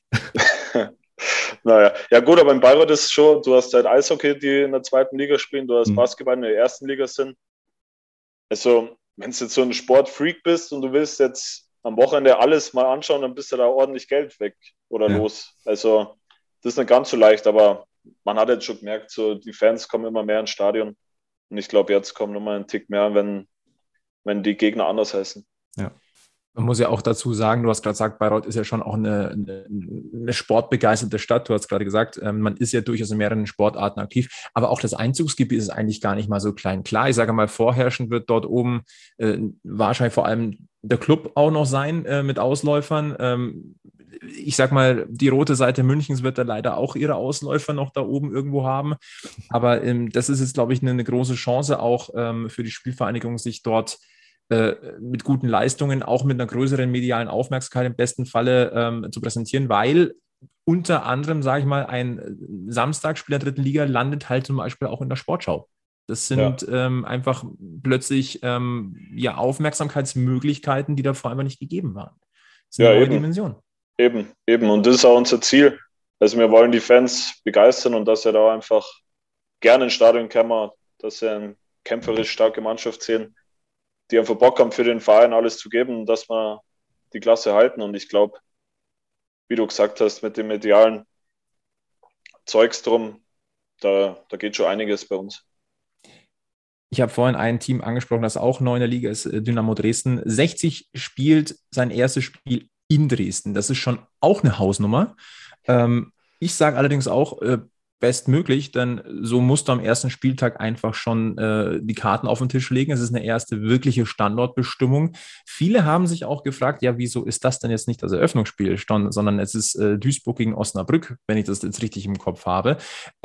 Naja, ja gut, aber in Bayreuth ist es schon, du hast halt Eishockey, die in der 2. Liga spielen, du hast Basketball in der 1. Liga sind. Also, wenn du jetzt so ein Sportfreak bist und du willst jetzt am Wochenende alles mal anschauen, dann bist du da ordentlich Geld weg oder los. Also, das ist nicht ganz so leicht, aber man hat jetzt schon gemerkt, so die Fans kommen immer mehr ins Stadion. Und ich glaube, jetzt kommen nochmal einen Tick mehr, wenn die Gegner anders heißen. Ja. Man muss ja auch dazu sagen, du hast gerade gesagt, Bayreuth ist ja schon auch eine sportbegeisterte Stadt. Du hast gerade gesagt, man ist ja durchaus in mehreren Sportarten aktiv, aber auch das Einzugsgebiet ist eigentlich gar nicht mal so klein. Klar, ich sage mal, vorherrschend wird dort oben wahrscheinlich vor allem der Club auch noch sein mit Ausläufern. Ich sag mal, die rote Seite Münchens wird da leider auch ihre Ausläufer noch da oben irgendwo haben. Aber das ist jetzt, glaube ich, eine große Chance auch für die Spielvereinigung, sich dort mit guten Leistungen, auch mit einer größeren medialen Aufmerksamkeit im besten Falle zu präsentieren, weil unter anderem, sage ich mal, ein Samstagsspiel der 3. Liga landet halt zum Beispiel auch in der Sportschau. Das sind einfach plötzlich Aufmerksamkeitsmöglichkeiten, die davor einfach nicht gegeben waren. Das ist eine neue Dimension. Eben. Und das ist auch unser Ziel. Also wir wollen die Fans begeistern und dass sie da einfach gerne ins Stadion kommen, dass sie eine kämpferisch starke Mannschaft sehen, die einfach Bock haben, für den Verein alles zu geben, dass wir die Klasse halten. Und ich glaube, wie du gesagt hast, mit dem medialen Zeugs drum, da geht schon einiges bei uns. Ich habe vorhin ein Team angesprochen, das auch neu in der Liga ist, Dynamo Dresden. 60 spielt sein erstes Spiel in Dresden. Das ist schon auch eine Hausnummer. Ich sage allerdings auch, bestmöglich, denn so musst du am ersten Spieltag einfach schon die Karten auf den Tisch legen. Es ist eine erste wirkliche Standortbestimmung. Viele haben sich auch gefragt, ja, wieso ist das denn jetzt nicht das Eröffnungsspiel, sondern es ist Duisburg gegen Osnabrück, wenn ich das jetzt richtig im Kopf habe.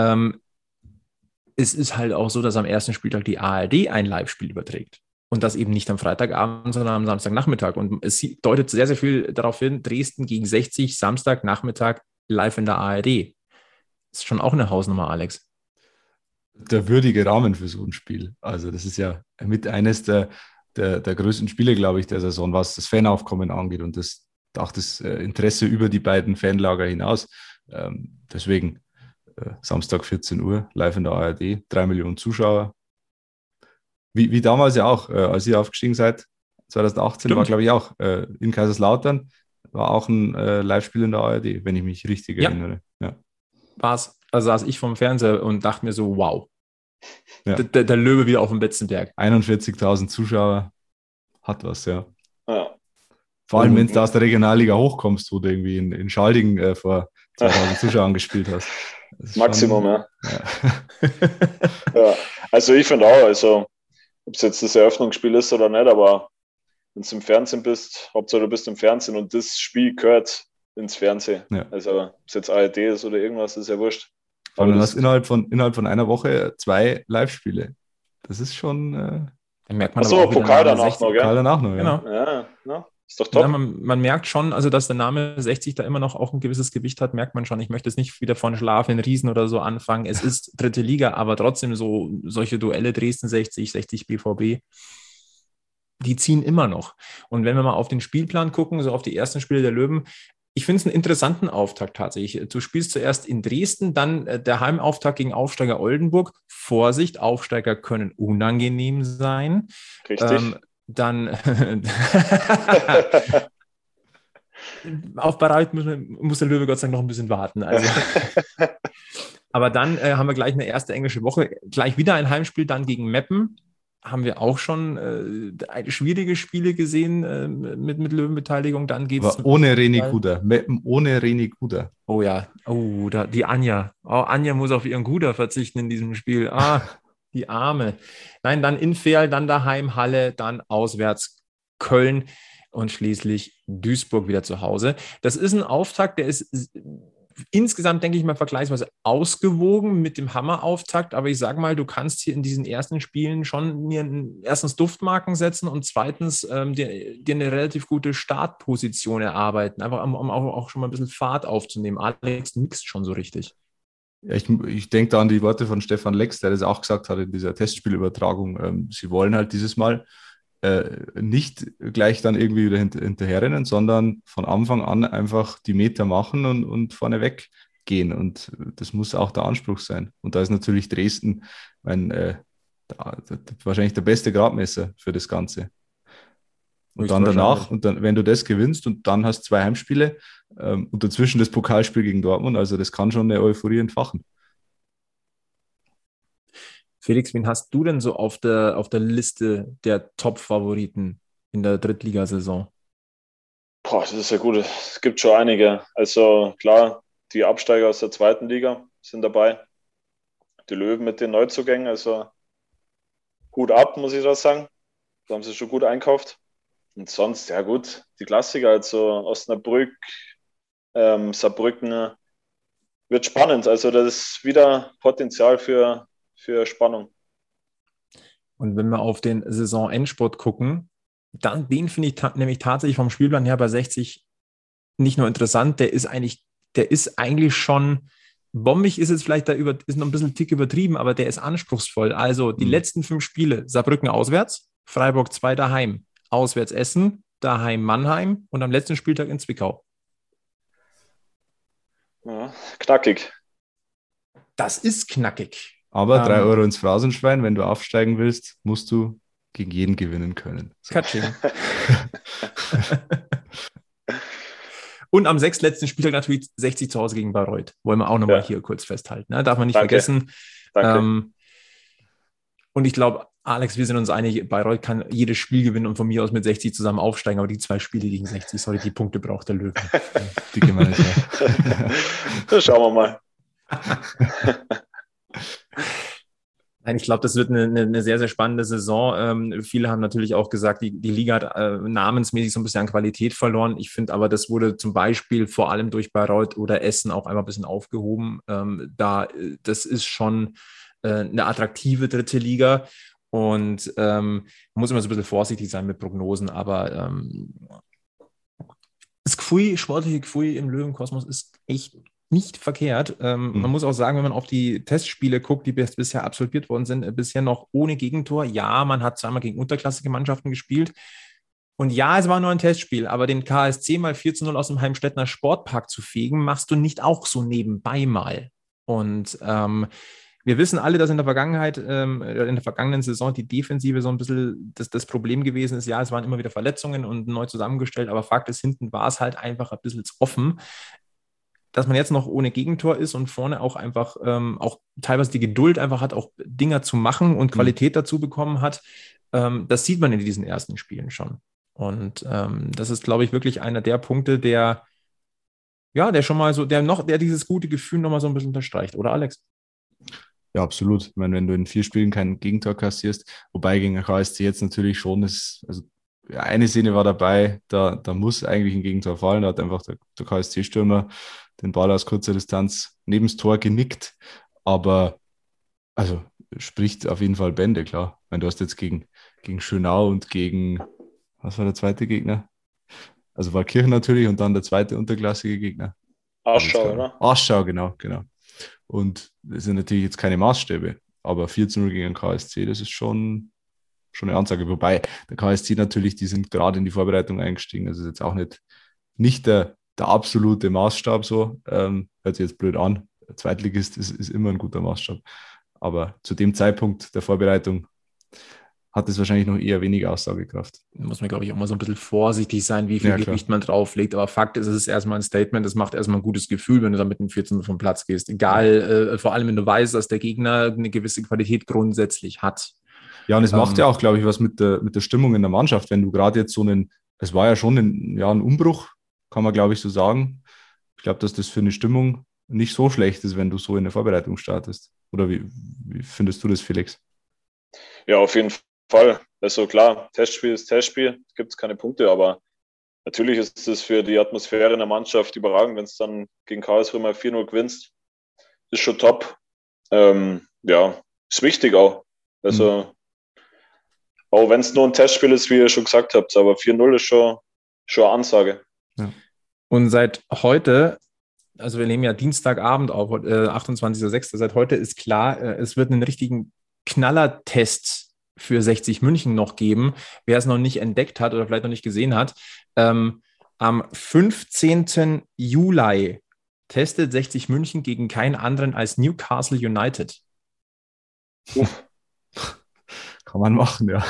Es ist halt auch so, dass am ersten Spieltag die ARD ein Live-Spiel überträgt. Und das eben nicht am Freitagabend, sondern am Samstagnachmittag. Und es deutet sehr, sehr viel darauf hin, Dresden gegen 60, Samstagnachmittag live in der ARD. Ist schon auch eine Hausnummer, Alex. Der würdige Rahmen für so ein Spiel. Also das ist ja mit eines der größten Spiele, glaube ich, der Saison, was das Fanaufkommen angeht und auch das Interesse über die beiden Fanlager hinaus. Deswegen Samstag 14 Uhr, live in der ARD, 3 Millionen Zuschauer. Wie damals ja auch, als ihr aufgestiegen seid, 2018, stimmt. War, glaube ich, auch in Kaiserslautern, war auch ein Live-Spiel in der ARD, wenn ich mich richtig erinnere. Ja. War's. Also saß ich vom Fernseher und dachte mir so, wow, der Löwe wieder auf dem Betzenberg. 41.000 Zuschauer, hat was, ja. Vor allem, wenn du aus der Regionalliga hochkommst, wo du irgendwie in Schalding vor 2000 Zuschauern gespielt hast. Maximum, schon, ja. Ja. Also ich finde auch, also ob es jetzt das Eröffnungsspiel ist oder nicht, aber wenn du im Fernsehen bist, Hauptsache du bist im Fernsehen und das Spiel gehört ins Fernsehen. Ja. Also ob es jetzt ARD ist oder irgendwas, ist ja wurscht. Aber du hast innerhalb von einer Woche 2 Live-Spiele. Das ist schon... Dann merkt man Achso, Pokal danach noch, gell? Pokal danach noch, Genau. Ja, ist doch top. Ja, man merkt schon, also dass der Name 60 da immer noch auch ein gewisses Gewicht hat, merkt man schon. Ich möchte jetzt nicht wieder von Schlafen in Riesen oder so anfangen. Es ist dritte Liga, aber trotzdem so solche Duelle Dresden 60 BVB, die ziehen immer noch. Und wenn wir mal auf den Spielplan gucken, so auf die ersten Spiele der Löwen, ich finde es einen interessanten Auftakt tatsächlich. Du spielst zuerst in Dresden, dann der Heimauftakt gegen Aufsteiger Oldenburg. Vorsicht, Aufsteiger können unangenehm sein. Richtig. Dann auf Bayreuth muss der Löwe Gott sei Dank noch ein bisschen warten. Also. Aber dann haben wir gleich eine erste englische Woche, gleich wieder ein Heimspiel, dann gegen Meppen. Haben wir auch schon schwierige Spiele gesehen mit Löwenbeteiligung. Dann geht's aber ohne René Guder. Meppen ohne René Guder. Oh ja, die Anja. Oh, Anja muss auf ihren Guder verzichten in diesem Spiel. Die Arme. Nein, dann in Verl, dann daheim Halle, dann auswärts Köln und schließlich Duisburg wieder zu Hause. Das ist ein Auftakt, der ist insgesamt, denke ich mal, vergleichsweise ausgewogen mit dem Hammer-Auftakt. Aber ich sage mal, du kannst hier in diesen ersten Spielen schon erstens Duftmarken setzen und zweitens dir eine relativ gute Startposition erarbeiten. Einfach um auch schon mal ein bisschen Fahrt aufzunehmen. Alex mixt schon so richtig. Ja, ich denke da an die Worte von Stefan Lex, der das auch gesagt hat in dieser Testspielübertragung. Sie wollen halt dieses Mal nicht gleich dann irgendwie wieder hinterherrennen, sondern von Anfang an einfach die Meter machen und vorne weg gehen. Und das muss auch der Anspruch sein. Und da ist natürlich Dresden wahrscheinlich der beste Gradmesser für das Ganze. Und dann danach, wenn du das gewinnst und dann hast 2 Heimspiele und dazwischen das Pokalspiel gegen Dortmund, also das kann schon eine Euphorie entfachen. Felix, wen hast du denn so auf der Liste der Top-Favoriten in der Drittligasaison? Das ist ja gut. Es gibt schon einige. Also klar, die Absteiger aus der zweiten Liga sind dabei. Die Löwen mit den Neuzugängen, also Hut ab, muss ich da sagen. Da haben sie schon gut einkauft. Und sonst, ja gut, die Klassiker, also Osnabrück, Saarbrücken, wird spannend. Also das ist wieder Potenzial für Spannung. Und wenn wir auf den Saisonendspurt gucken, dann den finde ich nämlich tatsächlich vom Spielplan her bei 60 nicht nur interessant, der ist eigentlich schon, bombig ist jetzt vielleicht ist noch ein bisschen Tick übertrieben, aber der ist anspruchsvoll. Also die letzten 5 Spiele, Saarbrücken auswärts, Freiburg 2 daheim, auswärts Essen, daheim Mannheim und am letzten Spieltag in Zwickau. Ja, knackig. Das ist knackig. Aber 3 Euro ins Phrasenschwein, wenn du aufsteigen willst, musst du gegen jeden gewinnen können. So. Katsching. Und am 6. letzten Spieltag natürlich 60 zu Hause gegen Bayreuth. Wollen wir auch nochmal hier kurz festhalten. Ne? Darf man nicht vergessen. Danke. Und ich glaube, Alex, wir sind uns einig, Bayreuth kann jedes Spiel gewinnen und von mir aus mit 60 zusammen aufsteigen, aber die 2 Spiele gegen 60, die Punkte braucht der Löwe. Die gehen wir nicht mehr. Das schauen wir mal. Nein, ich glaube, das wird eine sehr, sehr spannende Saison. Viele haben natürlich auch gesagt, die Liga hat namensmäßig so ein bisschen an Qualität verloren. Ich finde aber, das wurde zum Beispiel vor allem durch Bayreuth oder Essen auch einmal ein bisschen aufgehoben. Das ist schon eine attraktive dritte Liga und man muss immer so ein bisschen vorsichtig sein mit Prognosen, aber das sportliche Gefühl im Löwenkosmos ist echt nicht verkehrt. Man muss auch sagen, wenn man auf die Testspiele guckt, die bisher absolviert worden sind, bisher noch ohne Gegentor. Ja, man hat zweimal gegen unterklassige Mannschaften gespielt. Und ja, es war nur ein Testspiel, aber den KSC mal 4-0 aus dem Heimstettner Sportpark zu fegen, machst du nicht auch so nebenbei mal. Und wir wissen alle, dass in der Vergangenheit, in der vergangenen Saison die Defensive so ein bisschen das Problem gewesen ist. Ja, es waren immer wieder Verletzungen und neu zusammengestellt, aber Fakt ist, hinten war es halt einfach ein bisschen offen. Dass man jetzt noch ohne Gegentor ist und vorne auch einfach auch teilweise die Geduld einfach hat, auch Dinger zu machen und Qualität dazu bekommen hat, das sieht man in diesen ersten Spielen schon. Und das ist, glaube ich, wirklich einer der Punkte, der ja, der schon mal so, der dieses gute Gefühl nochmal so ein bisschen unterstreicht, oder Alex? Ja, absolut. Ich meine, wenn du in 4 Spielen kein Gegentor kassierst, wobei gegen den KSC jetzt natürlich schon ist, also ja, eine Szene war dabei, da muss eigentlich ein Gegentor fallen. Da hat einfach der KSC-Stürmer den Ball aus kurzer Distanz neben das Tor genickt. Aber also spricht auf jeden Fall Bände, klar. Ich meine, du hast jetzt gegen Schönau und gegen, was war der zweite Gegner? Also Walkirchen natürlich und dann der zweite unterklassige Gegner. Aschau, oder? Aschau, genau. Und das sind natürlich jetzt keine Maßstäbe, aber 4-0 gegen den KSC, das ist schon eine Ansage. Wobei der KSC natürlich, die sind gerade in die Vorbereitung eingestiegen. Das ist jetzt auch nicht der absolute Maßstab so. Hört sich jetzt blöd an. Der Zweitligist ist immer ein guter Maßstab. Aber zu dem Zeitpunkt der Vorbereitung hat es wahrscheinlich noch eher weniger Aussagekraft. Da muss man, glaube ich, auch mal so ein bisschen vorsichtig sein, wie viel Gewicht man drauflegt. Aber Fakt ist, es ist erstmal ein Statement, es macht erstmal ein gutes Gefühl, wenn du da mit dem 14 vom Platz gehst. Egal, vor allem, wenn du weißt, dass der Gegner eine gewisse Qualität grundsätzlich hat. Ja, und es macht ja auch, glaube ich, was mit der Stimmung in der Mannschaft, wenn du gerade jetzt es war ja schon ein Umbruch, kann man, glaube ich, so sagen. Ich glaube, dass das für eine Stimmung nicht so schlecht ist, wenn du so in der Vorbereitung startest. Oder wie findest du das, Felix? Ja, auf jeden Fall. Also klar, Testspiel ist Testspiel, gibt es keine Punkte, aber natürlich ist es für die Atmosphäre in der Mannschaft überragend, wenn es dann gegen Karlsruhe mal 4-0 gewinnst. Ist schon top. Ja, ist wichtig auch. Also, auch wenn es nur ein Testspiel ist, wie ihr schon gesagt habt, aber 4-0 ist schon eine Ansage. Ja. Und seit heute, also wir nehmen ja Dienstagabend auf, 28.06., seit heute ist klar, es wird einen richtigen Knallertest für 60 München noch geben. Wer es noch nicht entdeckt hat oder vielleicht noch nicht gesehen hat, am 15. Juli testet 60 München gegen keinen anderen als Newcastle United. Kann man machen, ja.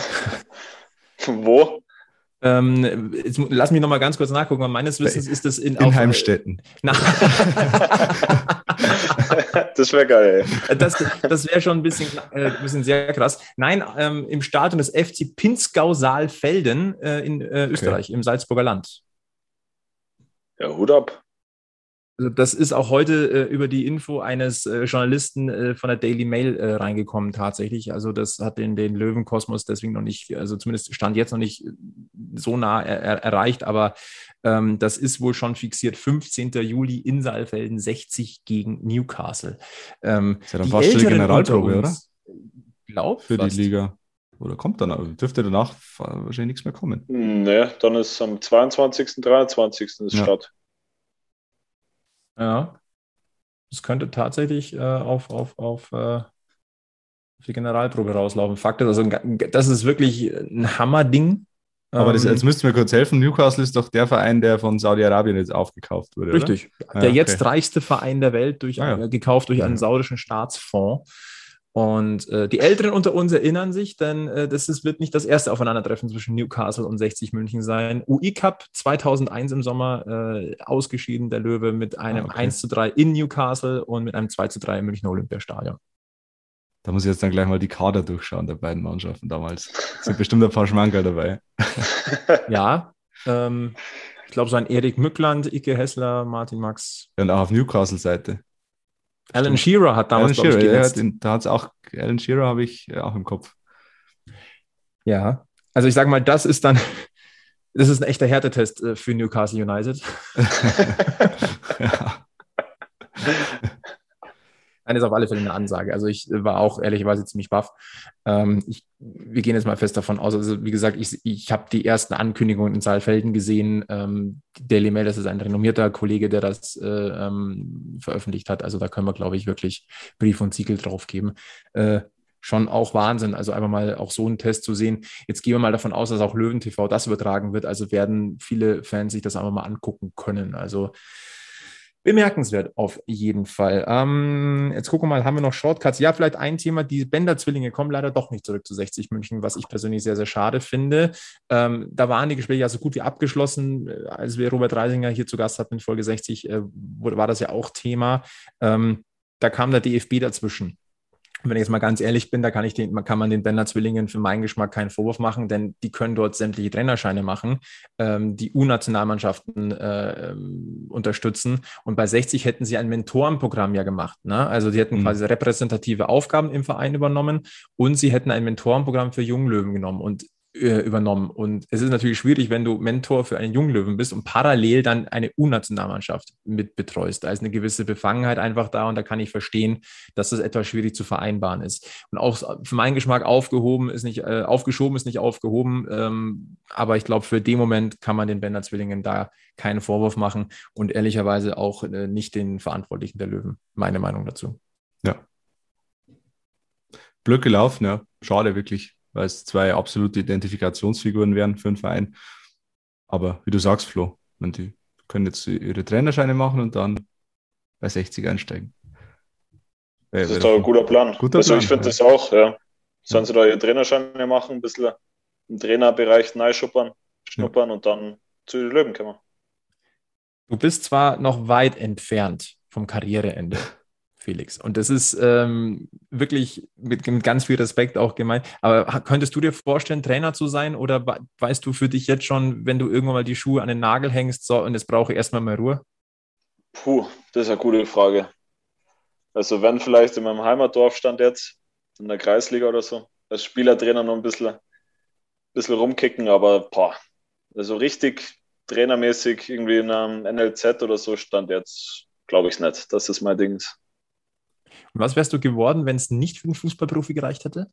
Wo? Jetzt lass mich noch mal ganz kurz nachgucken, weil meines Wissens ist das in Heimstetten. Das wäre geil. Das wäre schon ein bisschen sehr krass. Nein, im Stadion des FC Pinzgau-Saalfelden in Österreich, im Salzburger Land. Ja, Hut ab. Also das ist auch heute über die Info eines Journalisten von der Daily Mail reingekommen tatsächlich. Also das hat den Löwenkosmos deswegen noch nicht, also zumindest Stand jetzt noch nicht so nah erreicht, aber das ist wohl schon fixiert. 15. Juli in Saalfelden, 60 gegen Newcastle. Ist ja dann fast schon die Generalprobe, oder? Glaub für fast. Die Liga. Oder kommt dann, dürfte danach wahrscheinlich nichts mehr kommen. Nee, dann ist am 22., 23. ist Start. Ja, das könnte tatsächlich auf die Generalprobe rauslaufen. Fakt ist, also das ist wirklich ein Hammerding. Aber jetzt müsst ihr mir kurz helfen. Newcastle ist doch der Verein, der von Saudi-Arabien jetzt aufgekauft wurde, richtig. Oder? Der jetzt reichste Verein der Welt, gekauft durch einen saudischen Staatsfonds. Und die Älteren unter uns erinnern sich, denn wird nicht das erste Aufeinandertreffen zwischen Newcastle und 60 München sein. UI-Cup 2001 im Sommer ausgeschieden, der Löwe mit einem 1:3 in Newcastle und mit einem 2:3 im Münchner Olympiastadion. Da muss ich jetzt dann gleich mal die Kader durchschauen der beiden Mannschaften damals. Sind bestimmt ein paar Schmankerl dabei. Ja, ich glaube so ein Erik Mückland, Icke Hessler, Martin Max. Ja, und auch auf Newcastle-Seite. Alan Shearer hat damals, glaube ich, gesetzt. Da hat es auch, Alan Shearer habe ich auch im Kopf. Ja, also ich sage mal, das ist ein echter Härtetest für Newcastle United. Ja. Nein, ist auf alle Fälle eine Ansage. Also ich war auch ehrlicherweise ziemlich baff. Wir gehen jetzt mal fest davon aus, also wie gesagt, ich habe die ersten Ankündigungen in Saalfelden gesehen. Daily Mail, das ist ein renommierter Kollege, der das veröffentlicht hat. Also da können wir, glaube ich, wirklich Brief und Siegel drauf geben. Schon auch Wahnsinn, also einfach mal auch so einen Test zu sehen. Jetzt gehen wir mal davon aus, dass auch Löwen TV das übertragen wird. Also werden viele Fans sich das einfach mal angucken können. Also bemerkenswert auf jeden Fall. Jetzt gucken wir mal, haben wir noch Shortcuts? Ja, vielleicht ein Thema, die Bender-Zwillinge kommen leider doch nicht zurück zu 60 München, was ich persönlich sehr, sehr schade finde. Da waren die Gespräche so gut wie abgeschlossen. Als wir Robert Reisinger hier zu Gast hatten in Folge 60, war das ja auch Thema. Da kam der DFB dazwischen. Wenn ich jetzt mal ganz ehrlich bin, da kann man den Benner Zwillingen für meinen Geschmack keinen Vorwurf machen, denn die können dort sämtliche Trainerscheine machen, die U-Nationalmannschaften unterstützen. Und bei 60 hätten sie ein Mentorenprogramm ja gemacht. Ne? Also die hätten quasi repräsentative Aufgaben im Verein übernommen und sie hätten ein Mentorenprogramm für Junglöwen übernommen. Und es ist natürlich schwierig, wenn du Mentor für einen Junglöwen bist und parallel dann eine U-Nationalmannschaft mit betreust. Da ist eine gewisse Befangenheit einfach da und da kann ich verstehen, dass das etwas schwierig zu vereinbaren ist. Und auch für meinen Geschmack aufgeschoben ist nicht aufgehoben. Aber ich glaube, für den Moment kann man den Bender Zwillingen da keinen Vorwurf machen und ehrlicherweise auch nicht den Verantwortlichen der Löwen. Meine Meinung dazu. Ja. Blöd gelaufen, ja. Schade wirklich, weil es zwei absolute Identifikationsfiguren wären für den Verein. Aber wie du sagst, Flo, die können jetzt ihre Trainerscheine machen und dann bei 60 einsteigen. Das ist doch ein guter Plan. Ich finde das auch, ja. Sollen sie da ihre Trainerscheine machen, ein bisschen im Trainerbereich schnuppern und dann zu den Löwen kommen. Du bist zwar noch weit entfernt vom Karriereende, Felix. Und das ist wirklich mit ganz viel Respekt auch gemeint. Aber könntest du dir vorstellen, Trainer zu sein? Oder weißt du für dich jetzt schon, wenn du irgendwann mal die Schuhe an den Nagel hängst, so, und jetzt brauche ich erstmal mal Ruhe? Das ist eine gute Frage. Also wenn vielleicht in meinem Heimatdorf stand jetzt, in der Kreisliga oder so, als Spielertrainer noch ein bisschen rumkicken, aber also richtig trainermäßig irgendwie in einem NLZ oder so stand jetzt, glaube ich nicht, dass das mein Ding ist. Und was wärst du geworden, wenn es nicht für einen Fußballprofi gereicht hätte?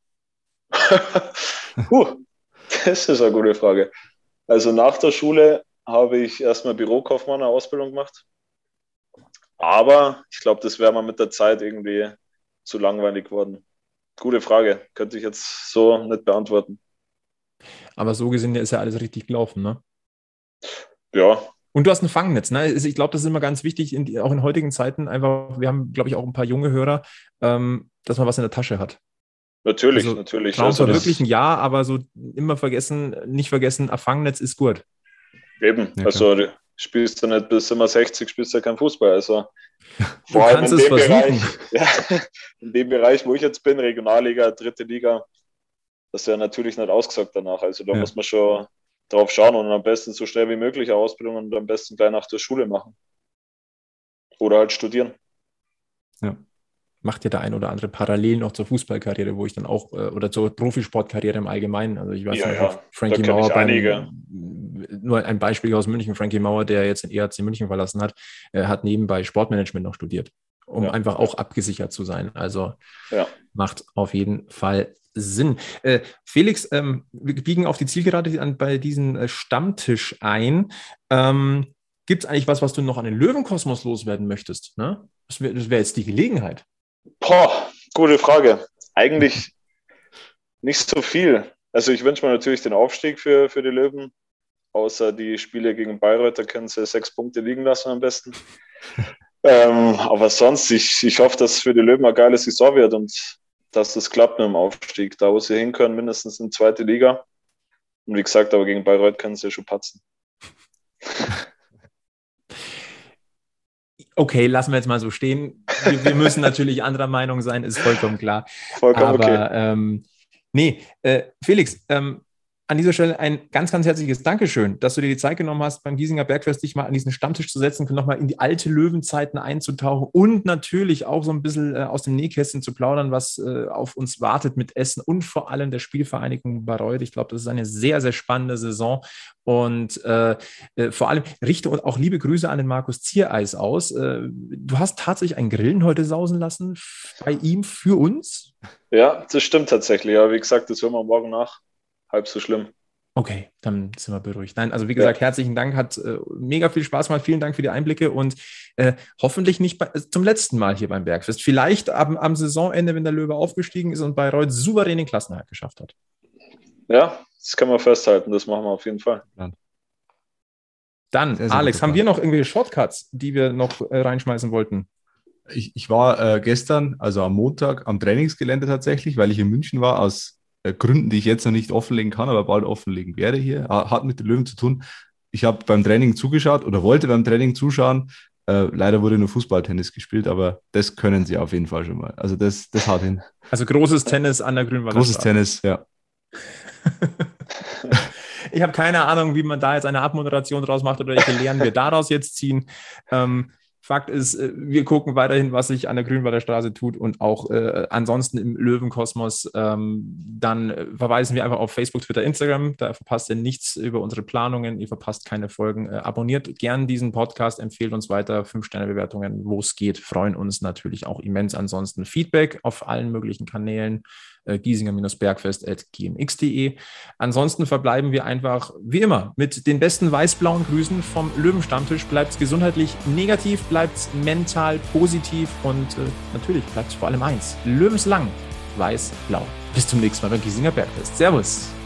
Das ist eine gute Frage. Also nach der Schule habe ich erstmal Bürokaufmann eine Ausbildung gemacht. Aber ich glaube, das wäre mal mit der Zeit irgendwie zu langweilig geworden. Gute Frage. Könnte ich jetzt so nicht beantworten. Aber so gesehen ist ja alles richtig gelaufen, ne? Ja. Und du hast ein Fangnetz, ne? Ich glaube, das ist immer ganz wichtig, auch in heutigen Zeiten einfach, wir haben, glaube ich, auch ein paar junge Hörer, dass man was in der Tasche hat. Natürlich. Traum verwirklichen, ja, aber so nicht vergessen, ein Fangnetz ist gut. Eben, ja, also du spielst du nicht bis immer 60, spielst du ja kein Fußball. Also vor allem in dem Bereich, in dem Bereich, wo ich jetzt bin, Regionalliga, 3. Liga, das ist ja natürlich nicht ausgesagt danach. Also da muss man schon drauf schauen und am besten so schnell wie möglich eine Ausbildung und am besten gleich nach der Schule machen. Oder halt studieren. Ja. Macht ja der ein oder andere parallel noch zur Fußballkarriere, wo ich dann auch, oder zur Profisportkarriere im Allgemeinen, also ich weiß nicht, Frankie Mauer, nur ein Beispiel aus München, Frankie Mauer, der jetzt den EHC München verlassen hat, hat nebenbei Sportmanagement noch studiert, um einfach auch abgesichert zu sein. Also macht auf jeden Fall Sinn. Felix, wir biegen auf die Zielgerade bei diesem Stammtisch ein. Gibt es eigentlich was du noch an den Löwenkosmos loswerden möchtest? Ne? Das wäre jetzt die Gelegenheit. Gute Frage. Eigentlich nicht so viel. Also ich wünsche mir natürlich den Aufstieg für die Löwen, außer die Spiele gegen Bayreuth, da können sie 6 Punkte liegen lassen am besten. Aber sonst, ich hoffe, dass es für die Löwen eine geile Saison wird und dass das klappt mit dem Aufstieg. Da, wo sie hinkönnen, mindestens in 2. Liga. Und wie gesagt, aber gegen Bayreuth können sie ja schon patzen. Okay, lassen wir jetzt mal so stehen. Wir müssen natürlich anderer Meinung sein, ist vollkommen klar. Vollkommen okay. Felix, an dieser Stelle ein ganz, ganz herzliches Dankeschön, dass du dir die Zeit genommen hast, beim Giesinger Bergfest dich mal an diesen Stammtisch zu setzen, nochmal in die alte Löwenzeiten einzutauchen und natürlich auch so ein bisschen aus dem Nähkästchen zu plaudern, was auf uns wartet mit Essen und vor allem der Spielvereinigung Bayreuth. Ich glaube, das ist eine sehr, sehr spannende Saison und vor allem richte und auch liebe Grüße an den Markus Ziereis aus. Du hast tatsächlich ein Grillen heute sausen lassen bei ihm für uns? Ja, das stimmt tatsächlich. Ja, wie gesagt, das hören wir morgen nach. Halb so schlimm. Okay, dann sind wir beruhigt. Nein, also wie gesagt, herzlichen Dank, hat mega viel Spaß gemacht. Vielen Dank für die Einblicke und hoffentlich nicht zum letzten Mal hier beim Bergfest. Vielleicht am Saisonende, wenn der Löwe aufgestiegen ist und Bayreuth souverän den Klassenerhalt geschafft hat. Ja, das kann man festhalten. Das machen wir auf jeden Fall. Dann, Alex, haben wir noch irgendwelche Shortcuts, die wir noch reinschmeißen wollten? Ich war gestern, also am Montag, am Trainingsgelände tatsächlich, weil ich in München war, aus Gründen, die ich jetzt noch nicht offenlegen kann, aber bald offenlegen werde hier, hat mit den Löwen zu tun. Ich habe beim Training zugeschaut oder wollte beim Training zuschauen Leider wurde nur Fußballtennis gespielt, aber das können sie auf jeden Fall schon mal. Also das haut hin. Also großes Tennis an der Grünwalder Großes Straße. Tennis, ja. Ich habe keine Ahnung, wie man da jetzt eine Abmoderation draus macht oder welche Lehren wir daraus jetzt ziehen. Fakt ist, wir gucken weiterhin, was sich an der Grünwalder Straße tut und auch ansonsten im Löwenkosmos. Dann verweisen wir einfach auf Facebook, Twitter, Instagram. Da verpasst ihr nichts über unsere Planungen. Ihr verpasst keine Folgen. Abonniert gern diesen Podcast, empfehlt uns weiter. 5-Sterne-Bewertungen, wo es geht. Freuen uns natürlich auch immens. Ansonsten Feedback auf allen möglichen Kanälen. giesinger-bergfest@gmx.de. Ansonsten verbleiben wir einfach wie immer mit den besten weiß-blauen Grüßen vom Löwenstammtisch. Bleibt gesundheitlich negativ, bleibt mental positiv und natürlich bleibt vor allem eins: Löwenslang weiß-blau. Bis zum nächsten Mal beim Giesinger Bergfest. Servus!